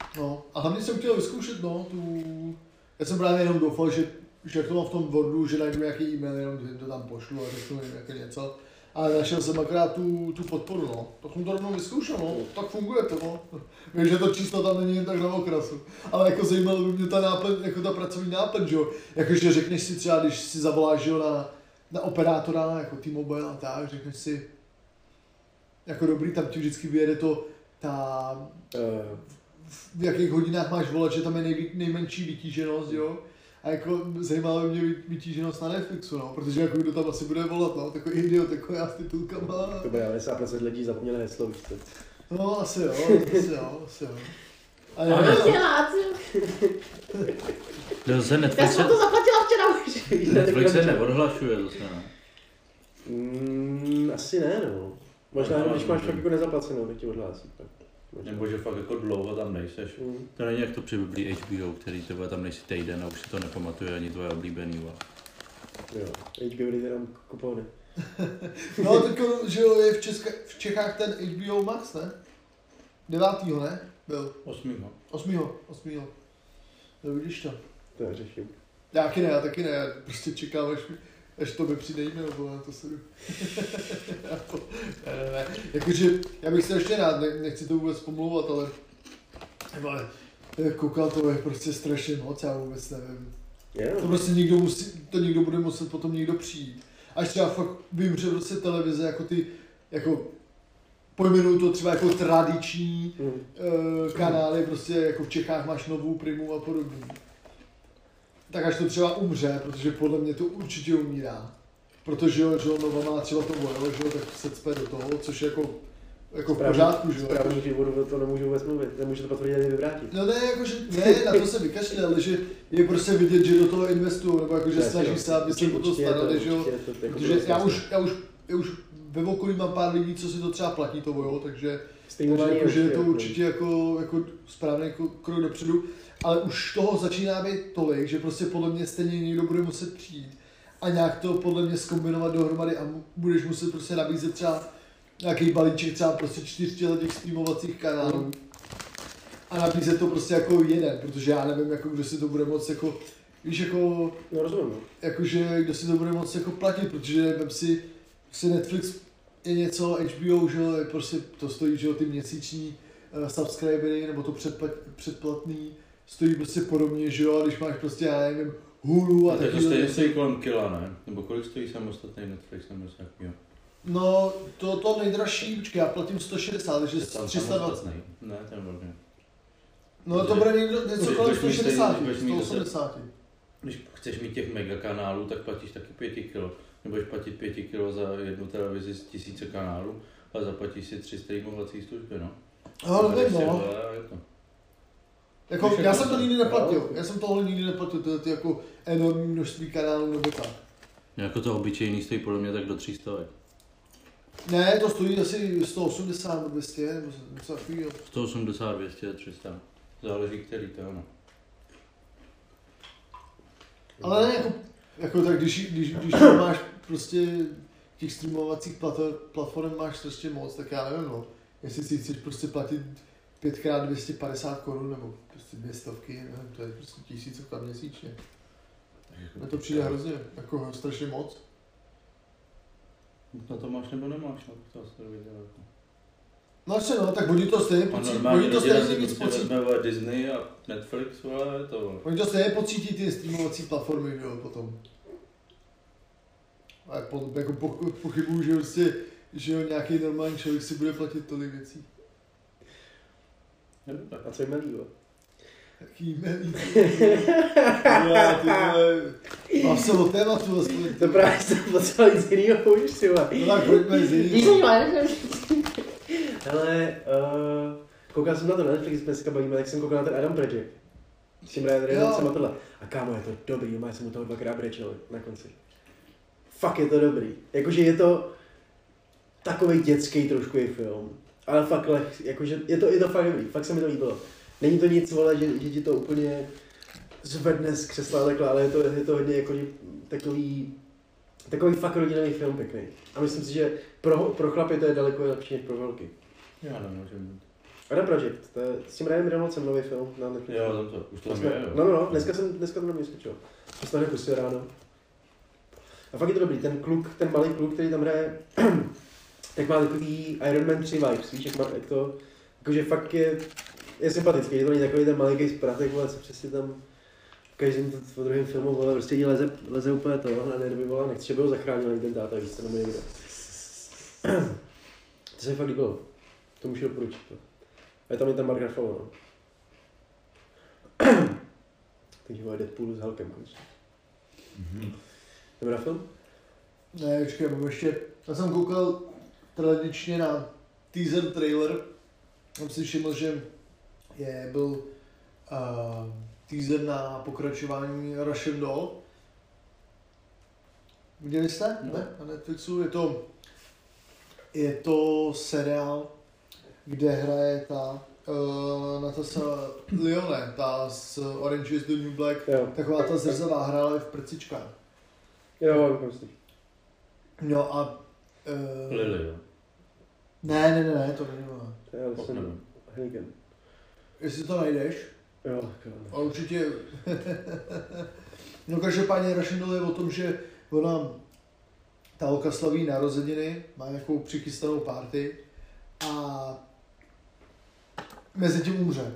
No, a hlavně jsem chtěl vyzkoušet, no, tu... Já jsem právě jenom doufal, že, že jak to mám v tom Wordu, že najdu nějaký e-mail, jenom že to tam pošlu a řeknu jim jako něco. Ale našel jsem akorát tu, tu podporu, no. Tak jsem to rovnou vyzkoušel, no. Tak funguje to, no. Vím, že to číslo tam není jen tak na okrasu. Ale jako zajímalo by mě ta náplň, jako ta pracovní náplň, že jo. Jakože řekneš si třeba, když si zavoláš, že jo, na, na operátora, jako T-Mobile a tak, řekneš si, jako dobrý, tam ti vždycky vyjede to, ta, Uh, v jakých hodinách máš volat, že tam je nej, nejmenší vytíženost, jo. A jako zajímalo by mě vytíženost na Netflixu, no, protože jako kdo tam asi bude volat, no, takový idiot, jako já s titulkama. to bude devadesát procent lidí zapomněli heslo, víš co. No, asi jo, asi jo, asi jo. A Ale- já, Prostě láci. Zase Já Netflix jsem se, to zaplatila včera už. Netflix se neodhlašuje zase, ne? Mm, asi ne, no. Možná, Možná, když máš že- fakt jako nezaplacenou, tak ti odhlásí. Tak. Možná. Nebo že fakt jako dlouho tam nejseš. Mm. To není jak to při Biblii H B O, který tebe tam nejsi týden a už si to nepamatuje ani tvoje oblíbený. Va. Jo, H B O dejte nám kupony. no, teďko, že jo, je v, Česka, v Čechách ten H B O Max, ne? Devátýho, ne? Byl. Osmýho. Osmýho, osmýho. No vidíš to. To já řeším. Já taky ne, já taky ne, já prostě čekám, až, až to mi přijde e-mail, vole, to se jdu. jako, ne, ne, ne. Jakože, já bych se ještě rád, ne, nechci to vůbec pomlouvat, ale, ale koukal to je prostě strašně moc, já vůbec nevím. Jo. To prostě někdo musí, to někdo bude muset potom někdo přijít. Až třeba fakt vymře prostě televize, jako ty, jako, pojmenuju to třeba jako tradiční Mm. uh, kanály, prostě jako v Čechách máš Novou, Primu a podobně. Tak až to třeba umře, protože podle mě to určitě umírá. Protože jo, že jo, Nova má třeba to vojelo, že jo, tak se cpe do toho, což je jako, jako v pořádku, že jo. Správný život, to nemůžu vůbec mluvit, nemůžu to potvrdit ani vyvrátit. No ne, jakože, ne, na to se vykašle, ale že je prostě vidět, že do toho investují, nebo jakože snaží se, aby se o to starali, že jo. Protože já už, já už, já už ve okolí mám pár lidí, co si to třeba platí to vojo, takže Takže jako, že je to určitě jako, jako správný jako krok dopředu, ale už toho začíná být tolik, že prostě podle mě stejně někdo bude muset přijít a nějak to podle mě zkombinovat dohromady a budeš muset prostě nabízet třeba nějaký balíček třeba prostě čtyřletých streamovacích kanálů a nabízet to prostě jako jeden, protože já nevím, jako kdo si to bude moc jako, víš, jako, No rozumím. jakože kdo si to bude moc jako platit, protože vem si, si Netflix je něco, H B O, že jo, je prostě to stojí, že jo, ty měsíční uh, subscribery, nebo to předplat, předplatný, stojí prostě podobně, že jo, a když máš prostě, já nevím, Hulu a A teď to taky... stejně stojí kolem kila, ne? Nebo kolik stojí samostatný Netflix nebo něco takového? No, to, to nejdražší, počkej, já platím sto šedesát, takže Je tam tři sta dvacet. samostatný. Ne, ten velký. No to bude někdo, něco Když kolem budeš mít sto šedesát, stejný- budeš mít sto osmdesát. Když chceš mít těch mega kanálů, tak platíš taky pěti kilo. Nebudeš platit pěti kilo za jednu televizi z tisíce kanálů, ale zaplatíš si tři streamovací služby, no. No, nevím, Ještě no. vole, a je to. Jako, Víš, já jak jsem to to- nikdy neplatil, já jsem tohle nikdy neplatil, to je ty jako enormní množství kanálů nebo tak. Jako to obyčejný stojí podle mě tak do tří stovek. Ne, to stojí asi sto osmdesát nebo dvě stě, nebo něco takového. sto osmdesát, dvě stě, tři sta. Záleží který to, ano. Ale ne, jako, jako tak když, když, když máš prostě těch streamovacích plat- platform máš strašně moc, tak já nevím, no. Jestli si chceš prostě platit pětkrát dvě stě padesát korun nebo prostě dvě stovky, nevím, to je prostě tisícovka měsíčně. Mně to přijde hrozně, jako strašně moc. Na to máš nebo nemáš, no, to asi viděl. Jako. No asi no, tak oni to stejně A pocítí, normální oni to rodina stejně si víc prostě pocítí. vezme vole, Disney a Netflix, vole, je to vole. Oni to stejně pocítí ty streamovací platformy, jo, potom. A po, jako po, pochybuju, že prostě, že jo, nějaký normální člověk si bude platit tolik věcí. A co jim líbilo? Taký melí. Já, ty vole, mám se o tématu aspoň. To právě jsem potřeboval nic jinýho už, ty vole. No tak pojďme z Víš, jinýho. že máš? Hele, uh, koukal jsem na to na Netflix, dneska bavíme, tak jsem koukal na ten Adam Project. S tím Ryan Reynoldsem a tohle. A kámo, je to dobrý, má jsem u toho dvakrát brečel na konci. Fakt je to dobrý. Jakože je to takový dětský trošku je film. Ale fakt leh, jakože je to, je to fakt dobrý, fakt se mi to líbilo. Není to nic, vole, že, že ti to úplně zvedne z křesla takhle, ale je to, je to hodně jako takový, takový fakt rodinový film pěkný. A myslím si, že pro, pro chlapy to je daleko lepší než pro holky. Já nemůžu mít. Adam Project, to je s tím Ryan Reynoldsem nový film na Netflixu. Jo, tam to, už to tam Jsme, je, jo. no, no, no, dneska jsem, dneska to na mě skočil. To jsem tady pustil ráno. A fakt je to dobrý, ten kluk, ten malý kluk, který tam hraje, tak má takový Iron Man tři vibes, víš, jak, má, jak to, jakože fakt je, je sympatický, je to není takový ten malinký zpratek, ale se přesně tam v každém to, druhém filmu, vole, prostě jí leze, leze úplně to, na nervy, vole, nechci, že by ho zachránil ten táta, víš, to nemůže vidět. To se mi fakt líbilo, to můžu doporučit. To. A je tam i ten Mark Ruffalo, no. Takže vole Deadpool s Hulkem konečně. Mhm. Jdeme na film? Ne, počkej, mám ještě, já jsem koukal tradičně na teaser trailer, jsem si všiml, že je, byl uh, teaser na pokračování Russian Doll. Viděli jste? No. Ne? Na Netflixu je to, je to seriál, kde hraje ta uh, Natasha Lyonne, ta z Orange is the New Black, Jo. taková ta zrzavá, hrála v prcičkách. Jo, prostě. No a... Uh, Lily, jo. ne, ne, ne, ne, to není ona. To je Fakt jsem nevím. Hennigan. Jestli to najdeš, Jo, tak jo. a určitě... no každopádně Russian Doll je o tom, že ona, ta holka slaví narozeniny, má nějakou přichystanou party a mezi tím umře.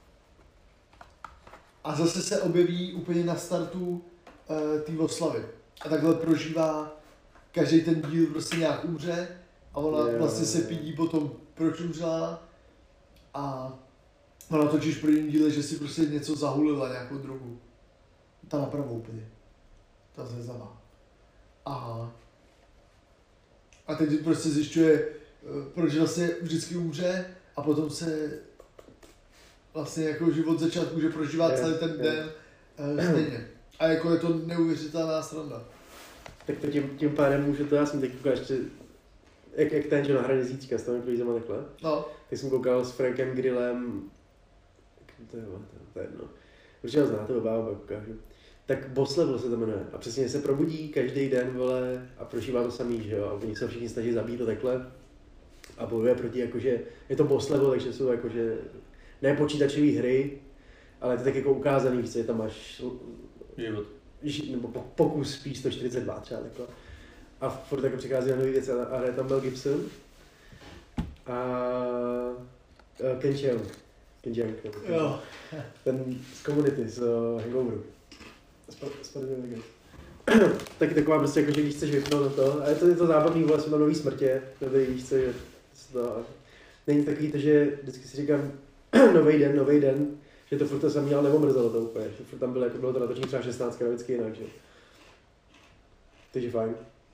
A zase se objeví úplně na startu uh, té oslavy. A takhle prožívá každý ten díl, prostě nějak umře a ona Jo, vlastně se jo. pídí potom, proč umřela. A ona točíš v prvním díle, že si prostě něco zahulila, nějakou drogu. Ta napravo úplně. Ta zřezavá. A, a teď prostě zjišťuje, eh, proč vlastně vždycky umře a potom se vlastně jako život začátku může prožívat Je, celý ten je. den eh, stejně. A jako je to neuvěřitelná sranda. Tak to tím, tím pádem můžu to, já jsem teď koukal ještě, jak, jak ten, že na hraně zítřka, s tam klízem a takhle. No, Tak jsem koukal s Frankem Grillem, to je, to, to je jedno, určitě ho znáte, oba oba ukážu. Tak Boss Level se to jmenuje a přesně se probudí každý den, vole, a prožívá to samý, že jo, a oni se všichni snaží zabít a takhle. A bojuje proti, jakože, je to Boss Level, takže jsou jakože, ne počítačové hry, ale je to tak jako ukázaný, že tam máš Život. ži- nebo po- pokus spíš sto čtyřicet dva třeba takhle. A furt jako přichází na nový věci a hraje tam Mel Gibson a uh, Ken Jeong. Ken Jeong, nebo Ken Jeong. jo. Ten z Community, z uh, Hangoveru. Spadl Vegas. Taky taková prostě jako, že když chceš vypnout na to, a je to, je to zábavný, vole, jsou tam nový smrtě, dobrý, víš co, že to, není takový to, že vždycky si říkám nový den, nový den, že to furt to samý, ale neomrzelo to úplně, že furt tam bylo, jako bylo to natočení třeba šestnáct vždycky jinak, že. Takže fajn.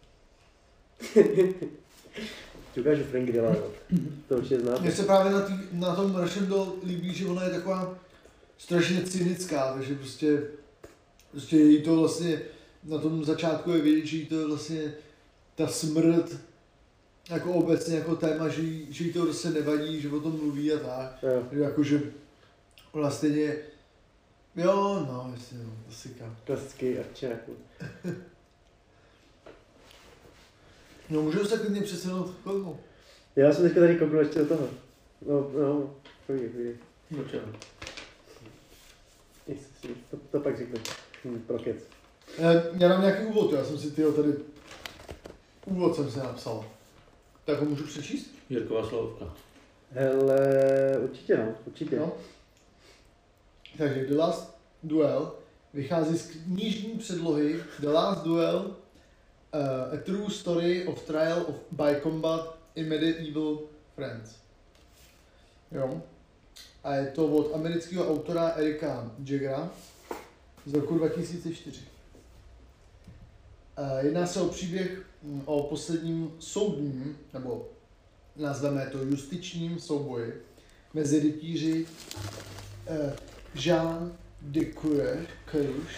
Ti ukážu Frank Grilla, jo. To určitě znáte. Mně se právě na, tý, na tom Russian Doll líbí, že ona je taková strašně cynická, takže prostě, prostě jí to vlastně na tom začátku je vidět, že jí to vlastně ta smrt jako obecně jako téma, že jí, že jí to prostě nevadí, že o tom mluví a tak. Jo. Že jakože vlastně jo, no, jasně, no, klasika. Klasický akčák. No, můžu se klidně přesunout k filmu. Já jsem teďka tady kouknul ještě do toho. No, no, povídej, povídej. Počkej. Nic, si- To, to pak řeknu. Hm, pro kec. Já, já mám nějaký úvod, já jsem si tyho tady úvod jsem si napsal. Tak ho můžu přečíst? Jirková slovka. Hele, určitě no, určitě. No. Takže The Last Duel vychází z knižní předlohy The Last Duel, uh, A True Story of Trial of by Combat in Medieval France. Jo. A je to od amerického autora Erika Jaggera z roku dva tisíce čtyři. Uh, jedná se o příběh mm, o posledním soudním, nebo nazveme to justičním souboji mezi rytíři uh, Jean de Courage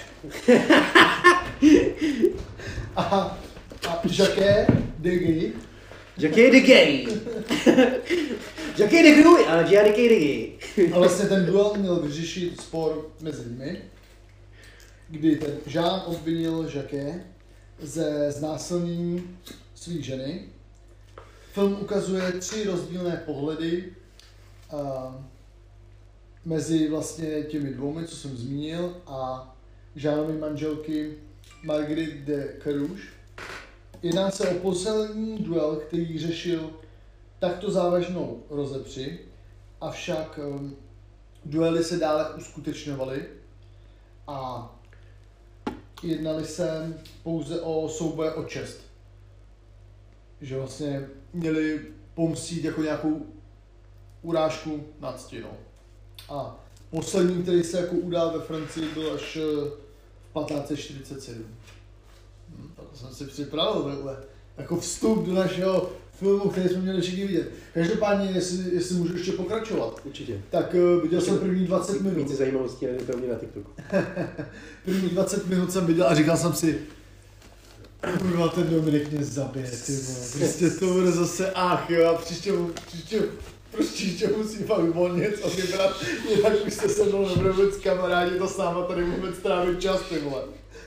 a, a Jacques de Guy. Jackie the Gay! Jackie the Gay, ale Jackie the Gay. A vlastně ten duel měl vyřešit spor mezi nimi, kdy ten Jean obvinil Jacques ze znásilnění své ženy. Film ukazuje tři rozdílné pohledy uh, mezi vlastně těmi dvoumi, co jsem zmínil, a Jeanovy manželky Marguerite de Carouge. Jedná se o poslední duel, který řešil takto závažnou rozepři, avšak um, duely se dále uskutečňovaly a jednali se pouze o souboje o čest. Že vlastně měli pomstít jako nějakou urážku nad ctinou. A poslední, který se jako udál ve Francii, byl až v patnáct set čtyřicet sedm. Hm, tak jsem si připravil takhle. Jako vstup do našeho filmu, který jsme měli všichni vidět. Každopádně, jestli, jestli můžu ještě pokračovat, Určitě. tak uh, viděl jsem první dvacet minut. Více zajímavostí najdete u mě na TikToku. První dvacet minut jsem viděl a říkal jsem si, kurva, ten Dominik mě zabije, ty vole. Prostě to bude zase ach, jo, a příště, příště, prostě příště musím fakt uvolnit a vybrat, jinak už jste se mnou nebude vůbec kamarádi, to s náma tady vůbec trávit čas, ty vole.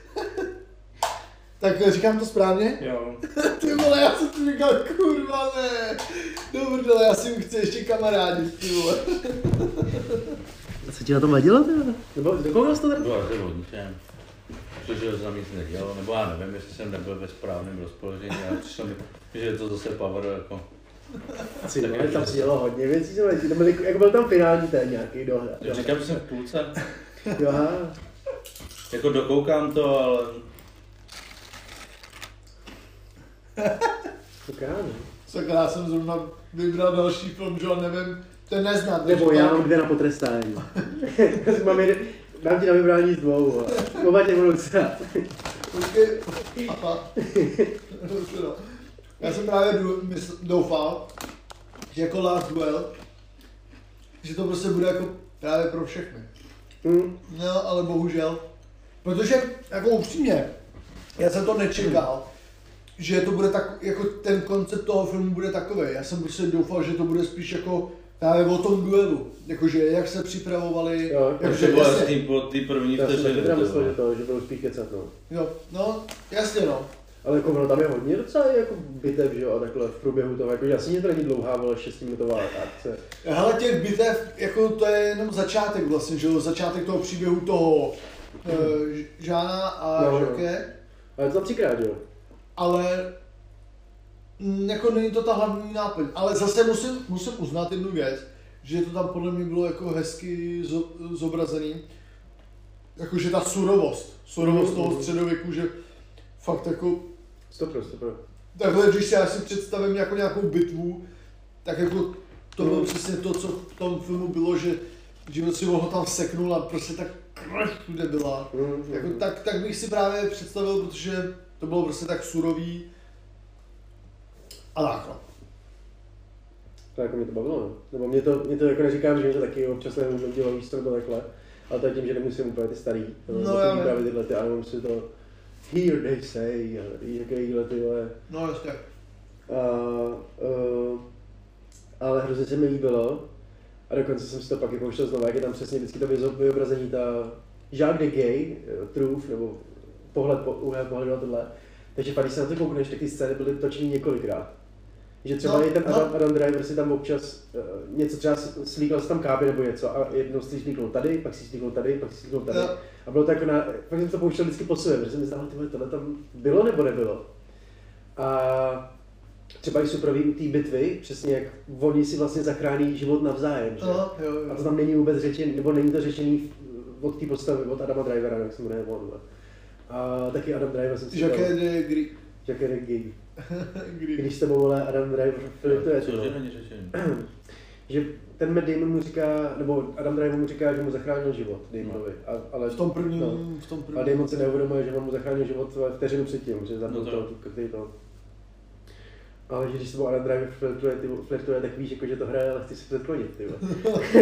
Tak říkám to správně? Jo. Ty vole, já jsem ti říkal, kurva ne. Dobře, já si chci ještě kamarádi, ty vole. Co ti na tom vadilo, ty vole? Nebo do koho jsi to tady? Bylo asi o ničem. Protože jsem nic nedělal, nebo já nevím, jestli jsem nebyl ve správném rozpoložení, ale přišlo mi, že je to zase power jako... Asi ne, tam se dělalo hodně věcí, tam byly, jako byl tam finální ten nějaký dohled. Říkám, že jsem v půlce. Jo, aha. Jako dokoukám to, ale... Tak já ne. Sakra, já jsem zrovna vybral další film, že ho nevím, ten neznám. Nebo já mám dvě na potrestání. mám, jeden, mám ti na vybrání z dvou. Oba tě budou stát. Počkej, aha. Já jsem právě doufal, že jako Last Duel, že to prostě bude jako právě pro všechny. Mm. No, ale bohužel. Protože, jako upřímně, já jsem to nečekal, že to bude tak, jako ten koncept toho filmu bude takový. Já jsem prostě doufal, že to bude spíš jako právě o tom duelu. Jakože jak se připravovali, Jo, jakože to bylo jasně, tým po ty první Já jsem taky vteřiny. teda to myslel, že bylo. to, že budou spíš kecat, no. jo, no, jasně no. Ale jako ono tam je hodně docela jako bitev, že jo, a takhle v průběhu toho, jako jasně to není dlouhá, vole, šestiminutová akce. Hele, těch bitev, jako to je jenom začátek vlastně, že jo, začátek toho příběhu toho uh, Žána a No, no. Jacques, Ale to tam třikrát, jo. ale mm, jako není to ta hlavní náplň. Ale zase musím, musím uznat jednu věc, že to tam podle mě bylo jako hezky zo- zobrazený. Jakože ta surovost, surovost toho středověku, že fakt jako Stopro, stopro. takhle, když si já si představím jako nějakou bitvu, tak jako to bylo přesně to, co v tom filmu bylo, že že si ho tam seknul a prostě tak krev všude byla. Mm, Jako, mm. tak, tak bych si právě představil, protože to bylo prostě tak surový a tak no. Tak jako mě to bavilo, no. Nebo mě to, mě to jako neříkám, že mě to taky občas nemůžu dělat víc nebo takhle, ale to je tím, že nemusím úplně ty starý, No, já vím. právě tyhle ty, ale mám si to Here they say, a víš, jakýhle tyhle. No jasně. A, uh, ale hrozně se mi líbilo a dokonce jsem si to pak i pouštěl znovu, jak je tam přesně vždycky to vyzo- vyobrazení, ta Jacques de Gay, trůf, nebo pohled, po, úhel pohledu na tohle. Takže pak, když se na to koukneš, tak ty scény byly točeny několikrát. Že třeba No, no, i ten no. Adam, Adam Driver si tam občas uh, něco třeba slíkal si tam káby nebo něco a jednou si slíknul tady, pak si slíknul tady, pak si slíknul tady. Jo. A bylo to jako na, fakt jsem to pouštěl vždycky po sobě, protože jsem mi zdál, tyhle, tohle tam bylo nebo nebylo. A třeba i suprový u té bitvy, přesně jak oni si vlastně zachrání život navzájem, že? No, jo, jo. A to tam není vůbec řečený, nebo není to řečený od té postavy, od Adama Drivera, jak se jmenuje on. A taky Adam Driver jsem si Jacques de Gris. Jacques de Gay. Gris. Když s tebou vole Adam Driver flirtuje, Co, no. že není řečený? Že ten Matt Damon mu říká, nebo Adam Driver mu říká, že mu zachránil život Damonovi, a, ale V tom prvním, no. v tom A prvním. Damon si neuvědomuje, že on mu zachránil život vteřinu předtím, že zabil No to to, jo. tu, který to. Ale že když s tebou Adam Driver flirtuje, ty, flirtuje, tak víš, jako, že to hraje, ale chci se předklonit, ty vole.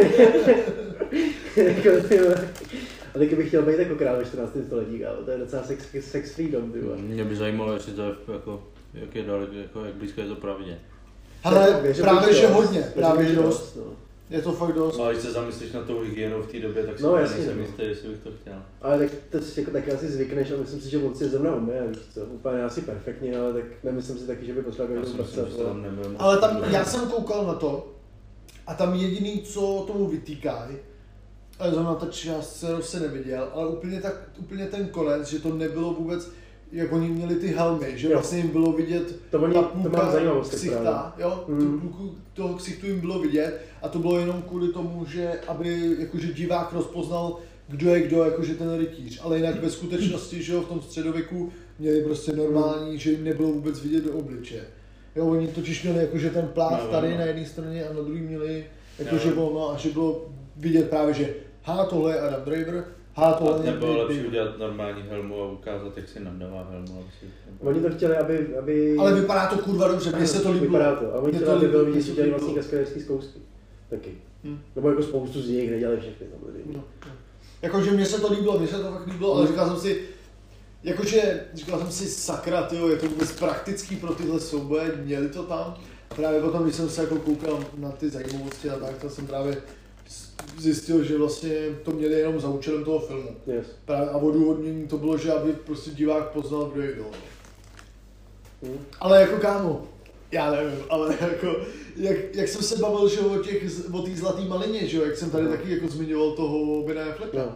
Jako, ty vole. A taky bych chtěl být jako král ve čtrnáctém století, ale to je docela sex, sex freedom, ty vole. Mě by zajímalo, jestli to je jako, jak je daleko, jako, jak blízko je to pravdě. Ale Věřím, právě, že že dost. hodně, Věřím, právě, že že dost. no. Je to fakt dost. No a když se zamyslíš na tou hygienou v té době, tak si No, no, jasně, nejsem no. jistý, jestli bych to chtěl. Ale tak to si jako taky asi zvykneš a myslím si, že on si zrovna umí, víš co, úplně asi perfektně, ale tak nemyslím si taky, že by potřeboval Já být si jenom myslím, že pracovat. to tam nebyl. Ale tam, já jsem koukal na to A tam jediný, co tomu vytýkají, ale zrovna ta část se neviděl, ale úplně, tak, úplně ten konec, že to nebylo vůbec, jak oni měli ty helmy, že jo. vlastně jim bylo vidět to oni, ta půlka to mám zajímavost, ksichta, jo, mm. tu půlku toho ksichtu jim bylo vidět a to bylo jenom kvůli tomu, že aby jakože divák rozpoznal, kdo je kdo, jakože ten rytíř, ale jinak ve skutečnosti, že jo, v tom středověku měli prostě normální, mm. že jim nebylo vůbec vidět do obličeje. Jo, oni totiž měli jakože ten plát no, tady no. na jedné straně a na druhé měli jakože volno a že bylo vidět právě, že ha, tohle je Adam Driver, ha, tohle je... Nebo lepší udělat normální helmu a ukázat, jak si nadává helmu. Si... Oni to chtěli, aby, aby... Ale vypadá to kurva dobře, mně se to líbilo. Vypadá to, a oni chtěli, aby bylo vidět, že dělali vlastní kaskadérský zkousky. Taky. Hmm. Nebo jako spoustu z nich nedělali všechny samozřejmě. No, no. Jakože mně se to líbilo, mně se to fakt líbilo, ale říkal jsem si, jakože, říkal jsem si, sakra, tyjo, je to vůbec praktický pro tyhle souboje, měli to tam. A právě potom, když jsem se jako koukal na ty zajímavosti a tak, to jsem právě zjistil, že vlastně to měli jenom za účelem toho filmu. Yes. Právě a odůvodnění to bylo, že aby prostě divák poznal, kdo je kdo. Hmm. Ale jako kámo, já nevím, ale jako, jak, jak jsem se bavil, že o těch, o té zlatý malině, že jo, jak jsem tady no. taky jako zmiňoval toho Ben Afflecka. No.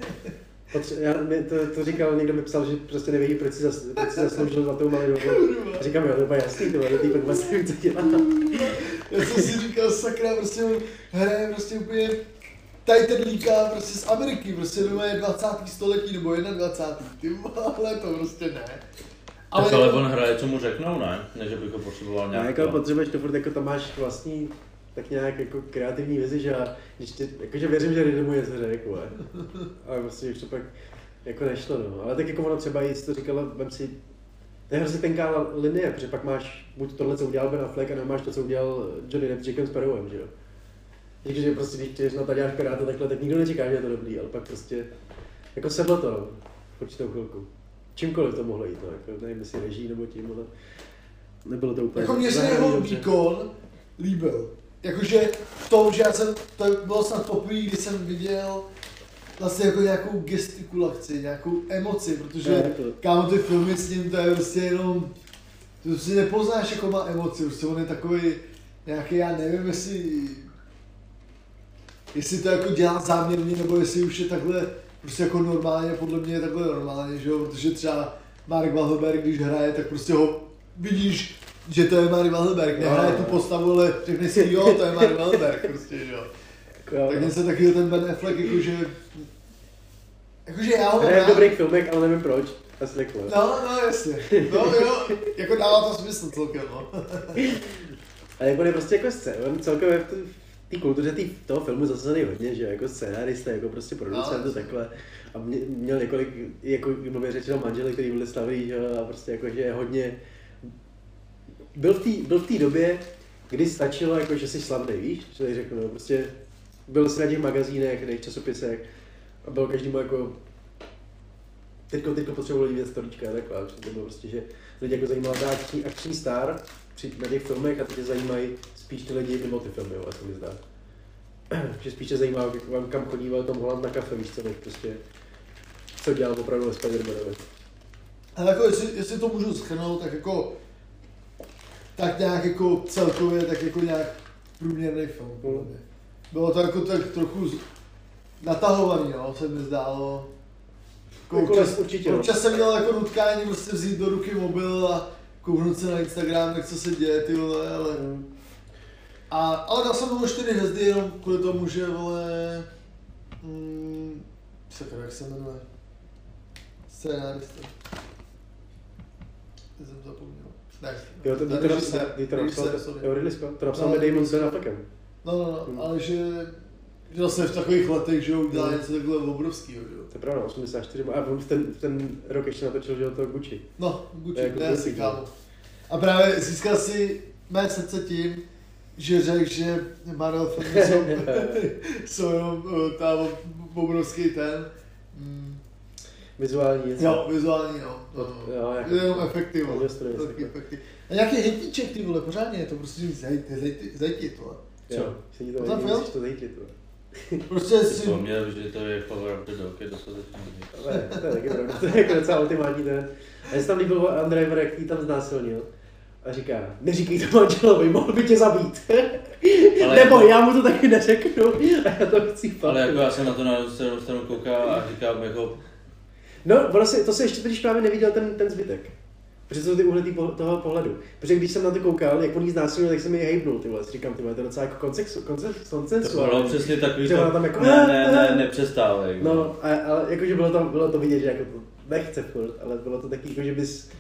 Já, to, to říkal, někdo mi psal, že prostě nevědí, proč si, zas, proč si zasloužil zlatou malinu. Říkám, jo, to bylo jasný, to byl týpek vlastně nevím, co dělá. Já jsem si říkal, sakra, prostě hraje prostě úplně tajterlíka prostě z Ameriky, prostě doma je dvacátého století nebo dvacátého prvního Ty vole, to prostě ne. Ale, tak ale on hraje, co mu řeknou, ne? Ne, že bych ho potřeboval nějak. Jako potřebuješ to furt, jako tam máš vlastní tak nějak jako kreativní vizi, že já, když ty, jakože věřím, že Ridley mu něco řekl, ale prostě už to pak jako nešlo, no. Ale tak jako ono třeba jíst to říkala, vem si, to je hrozně tenká linie, protože pak máš buď tohle, co udělal Ben Affleck, a nebo máš to, co udělal Johnny Depp s Jackem Sparrowem, že jo. Takže prostě, když jdeš na taďář Piráta takhle, tak nikdo nečeká, že je to dobrý, ale pak prostě, jako sedlo to, no, v určitou chvilku. Čímkoliv to mohlo jít, no, jako nevím, jestli reží nebo tím, ale nebylo to úplně... Jako mně se jeho výkon líbil. Jakože v tom, že já jsem, to bylo snad poprvé, kdy jsem viděl vlastně jako nějakou gestikulaci, nějakou emoci, protože ne, kámo ty filmy s ním, to je prostě jenom, to si nepoznáš, jako má emoci, prostě on je takový nějaký, já nevím, jestli, jestli to jako dělá záměrně, nebo jestli už je takhle, prostě jako normálně, podle mě je takhle normálně, že jo, protože třeba Mark Wahlberg, když hraje, tak prostě ho vidíš, že to je Mark Wahlberg, nehraje tu postavu, ale řekne si, jo, to je Mark Wahlberg, prostě, jo. Tak něco takového ten Ben Affleck, jakože, jakože já ho hraje v dobrých filmech, ale nevím proč, asi takhle. No, no, jasně, no jo, jako dává to smysl celkem, no. Ale jako on je prostě jako scén, on celkově v té kultuře tý, toho filmu zasazený hodně, že jako scénárista, jako prostě producent no, takhle. A mě, měl několik, jako blbě řečeno, manželek, který byli slavný, že a prostě jako, že je hodně... Byl v té byl v té době, kdy stačilo, jako, že jsi slavný, víš, co tady řeknu, no, prostě byl jsi na těch magazínech, na těch časopisech a byl každému jako... Teďko, teďko potřebovali vidět storíčka a takhle, to bylo prostě, že lidi jako zajímala ta akční, akční star při, na těch filmech a teď zajímají spíš ty lidi mimo ty filmy, jo, asi mi zdá. Že spíš tě zajímá, kam chodíval Tom Holland na kafe, víš co, než prostě, co dělal opravdu ve Spider-Manovi. Ale jako, jestli, jestli to můžu shrnout, tak jako, tak nějak jako celkově, tak jako nějak průměrný film, podle mě. Bylo to jako tak trochu natahovaný, no, se mi zdálo. Jako občas, určitě, občas no. Jsem měl jako nutkání prostě vzít do ruky mobil a kouknout se na Instagram, tak co se děje, ty vole, ale... Mm. A, ale dal jsem tomu čtyři hvězdy jenom kvůli tomu, že vole... Mm, sakra, jak se jmenuje? Scénárista. Já jsem zapomněl. Ne, jo, to, to, to, napsal, to napsal, jo, Ridley Scott, to napsal no, Damon s Ben Affleckem. No, no, no, hmm. ale že... Že vlastně v takových letech, že udělá hmm. něco takhle obrovskýho, že jo. To je pravda, osmdesát čtyři, a on v ten, v ten rok ještě natočil, že to Gucci. No, Gucci, jako ne, si kámo. A právě získal si mé srdce tím, že řekl, že Marvel filmy jsou, jsou jenom tam obrovský ten... Mm. Vizuální něco. Jo, vizuální, no. no, no. Jo, jako, jenom efektivno. A nějaký hejtíček, ty vole, pořádně je to prostě zajtit, vole. Co? Se ti to nejde, musíš to zajtit, vole. Prostě si... Vzpomněl, že to je Power of the Dog, je dostatečný. Ale to je taky pravda, to je jako docela ultimátní ten. A jestli tam líbil Andrej Vrek, který tam znásilnil. A říká, neříkej to manželovi, mohl by tě zabít. Ale Nebo jako, já mu to taky neřeknu a já to chci fakt. ale jako já jsem na to na stranu, stranu koukal a říkám jako... No, ono se, to se ještě totiž právě neviděl ten, ten zbytek. Protože jsou ty úhly tý pohl- toho pohledu. Protože když jsem na to koukal, jak on jí znásilnil, tak jsem mi hejbnul, ty vole. Říkám, ty vole, to je docela jako konsex- konsex- To konsensuální. bylo přesně takový, Že to, ona tam jako, ne, ne, ne, nepřestávej. No, a, ale jakože bylo to, bylo to vidět, že jako to nechce furt, ale bylo to taky jako, že bys...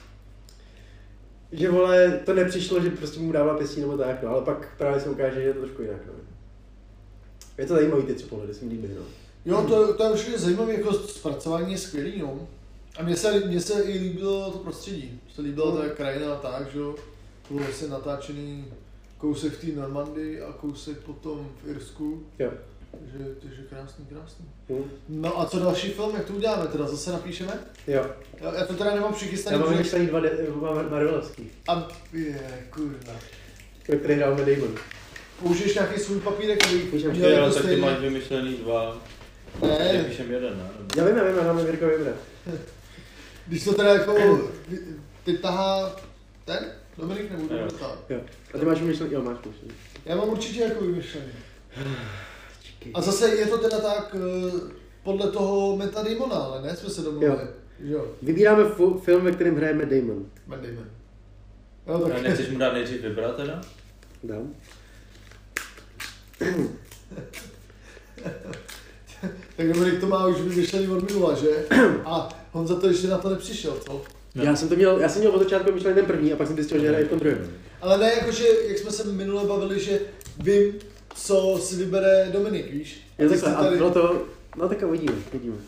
Že vole, to nepřišlo, že prostě mu dává pěstí nebo tak, no, ale pak právě se ukáže, že je to trošku jinak, no. Je to zajímavý ty tři pohledy, se mi líbí, no. Jo, to, to je určitě zajímavé, jako zpracování je skvělý, no. A mně se, mně se i líbilo to prostředí. Mně se líbila ta krajina a tak, že jo. Bylo vlastně natáčený kousek v té Normandii a kousek potom v Irsku. Jo. Takže, takže krásný, krásný. Hm. No a co další film, jak to uděláme teda? Zase napíšeme? Jo. Já, já to teda nemám přichystaný. Já mám protože- vymyšlený dva, de- dva Mar- Marvelovský, A je, kurva. pro který hrál Matt Damon. Použiješ nějaký svůj papírek, aby Používám. měl Jo, jako tak ty stejný. máš vymyšlený dva. Ne, Já píšem jeden, ne? Já vím, já vím, já mám Mirko vybrat. když to teda jako ty tahá ten Dominik nebo Jo. kdo tahá? Jo. A ty máš vymyšlený, jo, máš vymyšlený. Já mám určitě jako vymyšlený. A zase je to teda tak eh, podle toho Matta Damona, ale ne? Jsme se domluvili. Jo. Jo. Vybíráme fu- film, ve kterém hraje Matt Damon. Matt Damon. Jo, A tak. nechceš mu dát nejdřív vybrat teda? Dám. Tak Dominik to má už vymyšlený od minula, že? A Honza to ještě na to nepřišel, co? No. Já jsem to měl, já jsem měl od začátku myšlený ten první a pak jsem zjistil, že hraje v tom druhém. Ale ne, jakože, jak jsme se minule bavili, že vím, co si vybere Dominik, víš? Jo, ty jsi takhle, a tady- bylo to, no tak uvidíme, uvidíme.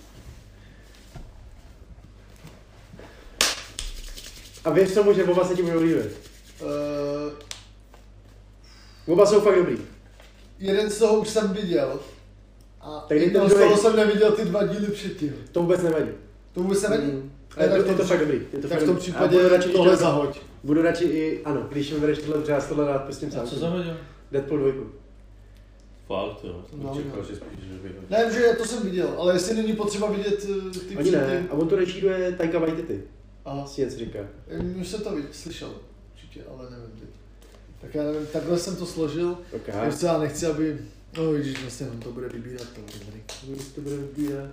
A věř tomu, že oba se ti budou líbit. Uh, Oba jsou fakt dobrý. jeden z toho už jsem viděl. A Tak dej ten jednoho z toho druhý. jsem neviděl ty dva díly předtím. To vůbec nevadí. To vůbec nevadí? Mm. Ne, Ale tak to, v je tom to fakt dobrý. Je to Tak fakt v tom dobrý. A případě budu radši, když tohle to- zahoď. Budu radši i, ano, když mi bereš tohle, třeba tohle dát prostě sám. A co zahodil? Deadpool dvojku. Fakt jo, jsem No, čekal, jo. že spíš, že by... Ne, že to jsem viděl, ale jestli není potřeba vidět eh, ty Ani ne, předtím. a on to režíruje Taika Waititi. Aha. Si něco říká. Eh, Už jsem to viděl, slyšel, určitě, ale nevím teď. Tak já nevím, takhle jsem to složil. Ok. Ještě já nechci, aby... No vidíš, vlastně on to bude vybírat to. Když to bude vybírat.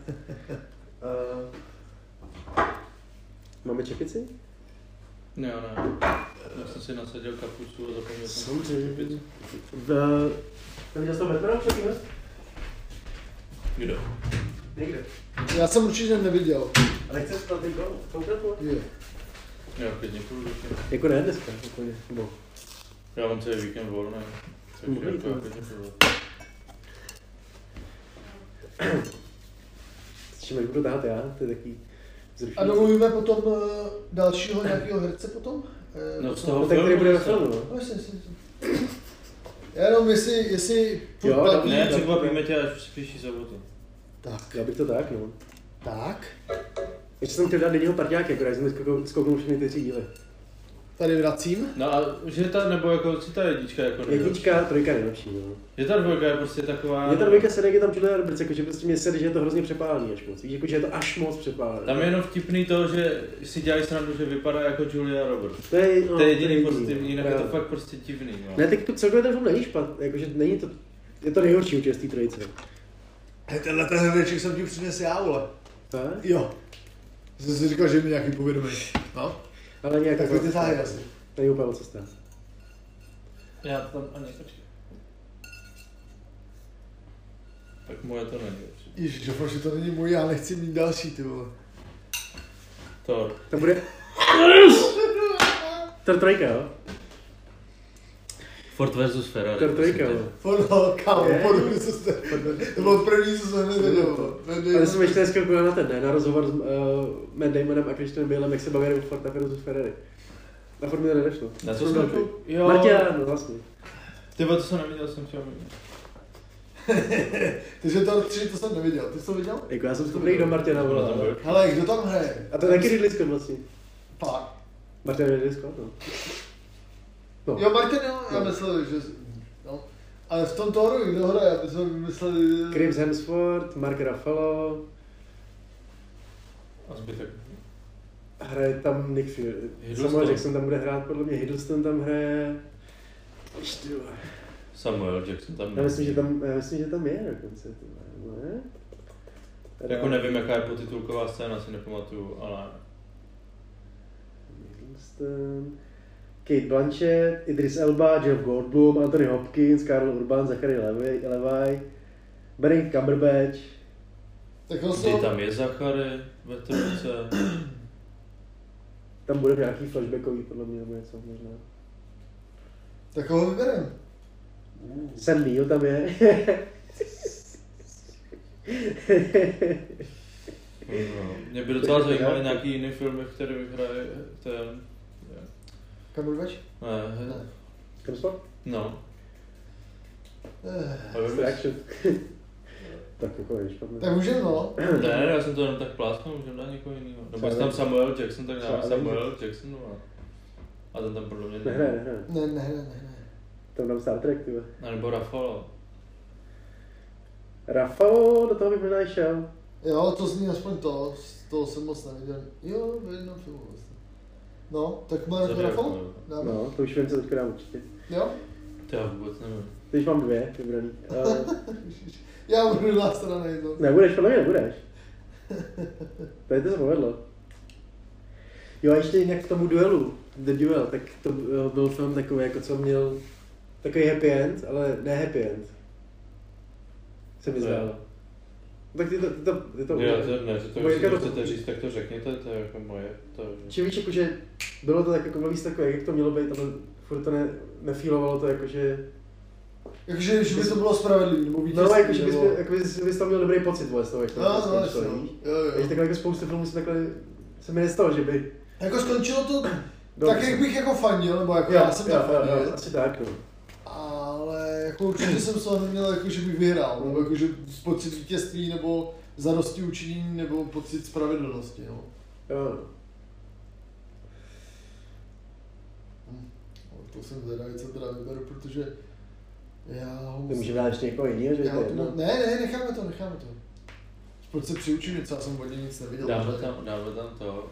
Uh, máme čepici? Ne, ne. Já jsem si nasadil kapucu a zapomněl jsem Samozřejmě. čepici. V... Neviděl jsi to Batmana předtím? Kdo? Někde. Já jsem určitě neviděl. Ale chceš to teď koukrat? Je. Já klidně půjdu do kina. Jako ne dneska, úplně. No. Já mám celý víkend volný. Můj Takže jako to. já klidně půjdu. S čím budu tahat já, to je takový zrušení. A domluvíme potom uh, dalšího nějakého herce potom? Eh, No, potom- z toho No tak který filmu bude ve se- filmu, no. No, jasně, jasně, jasně. Já jenom jestli, jestli furt Jo, platí- Ne, tak- překvapíme tě až v příští sobotu. Tak. Já bych to tak, no. Tak. Ještě jsem chtěl dát denního parťáky, akorát jsem zkouknul- zkouknul všechny ty tři díly. Tady vracím. No a že ta, nebo jako, co ta jednička jako nejlepší? Jednička, trojka nejlepší, no. Že ta dvojka je prostě taková... Mě ta dvojka se je tam Julia Roberts, jakože prostě mě sede, že je to hrozně přepálený až moc. Víš, jakože je to až moc přepálený. Tam je jenom vtipný to, že si dělají srandu, že vypadá jako Julia Roberts. To je, no, To je jediný jediný, pozitivní, jinak je to právě. fakt prostě divný. No. Ne, tak to celkově ten film není špatný, jakože není to, je to nejhorší určitě z té trojice. Hej, tenhle ten hrneček jsem ti přinesl já, vole. Tak? Jo. Jsem si říkal, že mi nějaký povědomí. No. Ale nějak Tak to ty záhy asi. Není úplně o co stát. Já tam ani počkej. Tak moje to není. Ježiš, doufám, že to není můj, já nechci mít další, ty vole. To. To bude... Thor trojka, jo? Ford versus Ferrari. Thor trojka, prostě. jo? Ono, kámo, Je. podobně co jste. To bylo první, co jsem nevěděl. Ale jsem ještě dneska koukal na ten, ne? Na rozhovor s uh, Matt Damonem a Christianem Baleem, jak se baví o Ford versus Ferrari. Na Ford mi to nedošlo. Na co jsme to? Jo. Marťan, no vlastně. Ty vole, to jsem neviděl, jsem chtěl vidět. Takže to tři, to jsem neviděl. Ty jsi to viděl? Jako já jsem dobrý do Martina volal. ale- Hele, kdo tam hraje? A to je taky Ridley Scott vlastně. Fakt. Martin Ridley Scott, no. No. Jo, Martin, jo, já myslel, že... No. Ale v tom Thoru, kdo hraje? My jsme mysleli... Chris Hemsworth, Mark Ruffalo, A zbytek. Hraje tam Nick Fury. Hiddleston. Samuel Jackson tam bude hrát, podle mě Hiddleston tam hraje. Ještě, Samuel Jackson tam já myslím, že tam, já myslím, že tam je dokonce. Ne? Jako nevím, jaká je potitulková scéna, si nepamatuju, ale... Hiddleston, Kate Blanchett, Idris Elba, Jeff Goldblum, Anthony Hopkins, Karl Urban, Zachary Levi, Levi Benedict Cumberbatch. Tak Kdy jsou... tam je Zachary ve trojce? Tam bude nějaký flashbackový, podle mě, nebo něco možná. Tak ho vyberem. Sam Neill tam je. No. Mě by docela zajímaly nějaký jiný filmy, který hraje ten... Cumberbatch? Ne, Ne. Hemsworth? no. Eh, Ale Extraction. Tak jako je špatné. Tak můžeme, no. Ne, ne, já jsem to jenom tak plásknul, můžeme dát někoho jiného. Nebo jestli tam Samuel Jackson, tak dáme Samuel Jackson a... A ten tam podle mě Nehraje, nehraje. Ne, ne, ne, ne. Tam dám Star Trek, tyhle. A nebo Rafalo. Rafał, do toho bych možná i šel. Jo, to zní aspoň to, z toho jsem moc neviděl. Jo, v jednom filmu vlastně. No, tak máme jako Rafał? Dáme. No, to už vím, co teďka dám určitě. Jo? To já vůbec nevím. Teď mám dvě vybraný. Ale... Já budu na straně to. Nebudeš, podle mě nebudeš. Tady to se povedlo. Jo a ještě jinak k tomu duelu, The Duel, tak to byl film takový, jako co měl takový happy end, ale ne happy end. Se mi zdálo. Tak ty to, ty to, ty to, Já to ne, že to, Moje jestli to to- chcete říct, tak to řekněte, to je jako moje. To je... Či víš, jakože bylo to tak jako velmi takové, jak to mělo být, ale furt to ne, nefílovalo to jakože... Jakože, že by to bylo spravedlivý, nebo vítězství, No, jakože bys, nebo... jako bys, bys tam měl dobrý pocit, vole, z toho, jak to No, no, skončilo, jasně, no. víš? Jo, jo. Takže takhle jako spoustu filmů se takhle, se mi nestalo, že by... Jako skončilo to Dobře. tak, jak bych jako fandil, nebo jako Jo, já jsem jo, tam jo, jo, fandil. asi tak, no. Ale jako určitě jsem z toho neměl, jako, že bych vyhrál, nebo jako, že pocit vítězství, nebo zadosti učinění, nebo pocit spravedlnosti, no. Jo, Hm. No, to jsem zvědavý, co teda vyberu, protože já ho... to můžeme dát ještě někoho jiného, že já to ho je jedno. to... Ne, ne, necháme to, necháme to. Proč se přiučím něco, já jsem od něj nic neviděl. Dáme takže- tam, dáme tam to.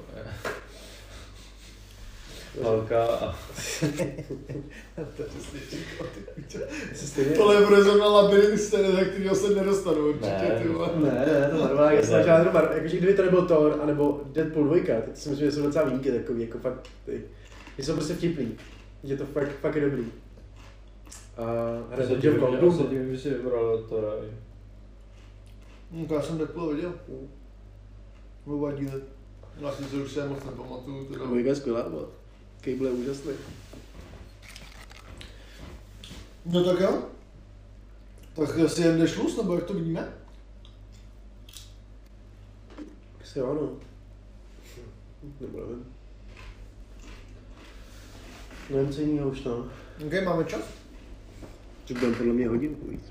Halka a... To přesně říkal, ty pičo. Jsi stejně... Tohle bude zrovna labirint scény, za kterýho se nedostanu určitě, Ne, ty vole. Ne, ne, to Marvel, já jsem žádný Marvel, jakože kdyby to nebyl Thor, anebo Deadpool dva, tak si myslím, že jsou docela výjimky takový, jako fakt, ty, ty jsou prostě vtipný, že to fakt, fakt je dobrý. A hraje to Jeff Goldblum. divím, že si vybral Tora. Hm, to já jsem Deadpool viděl. Oba díly. Vlastně to už se moc nepamatuju. Teda. Dvojka je skvělá, bo. Cable je úžasný. No tak jo. Tak si jen jdeš luz, nebo jak to vidíme? Asi jo, no. Nebo nevím. Nevím, co jinýho už, no. Ok, máme čas? Což budeme podle mě hodinku víc.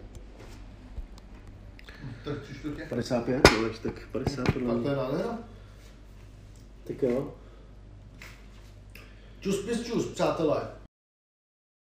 Tak tři čtvrtě. padesát pět, no, takže tak padesát podle Tak to mě. je nádhera. Tak jo. Čus pis čus, přátelé.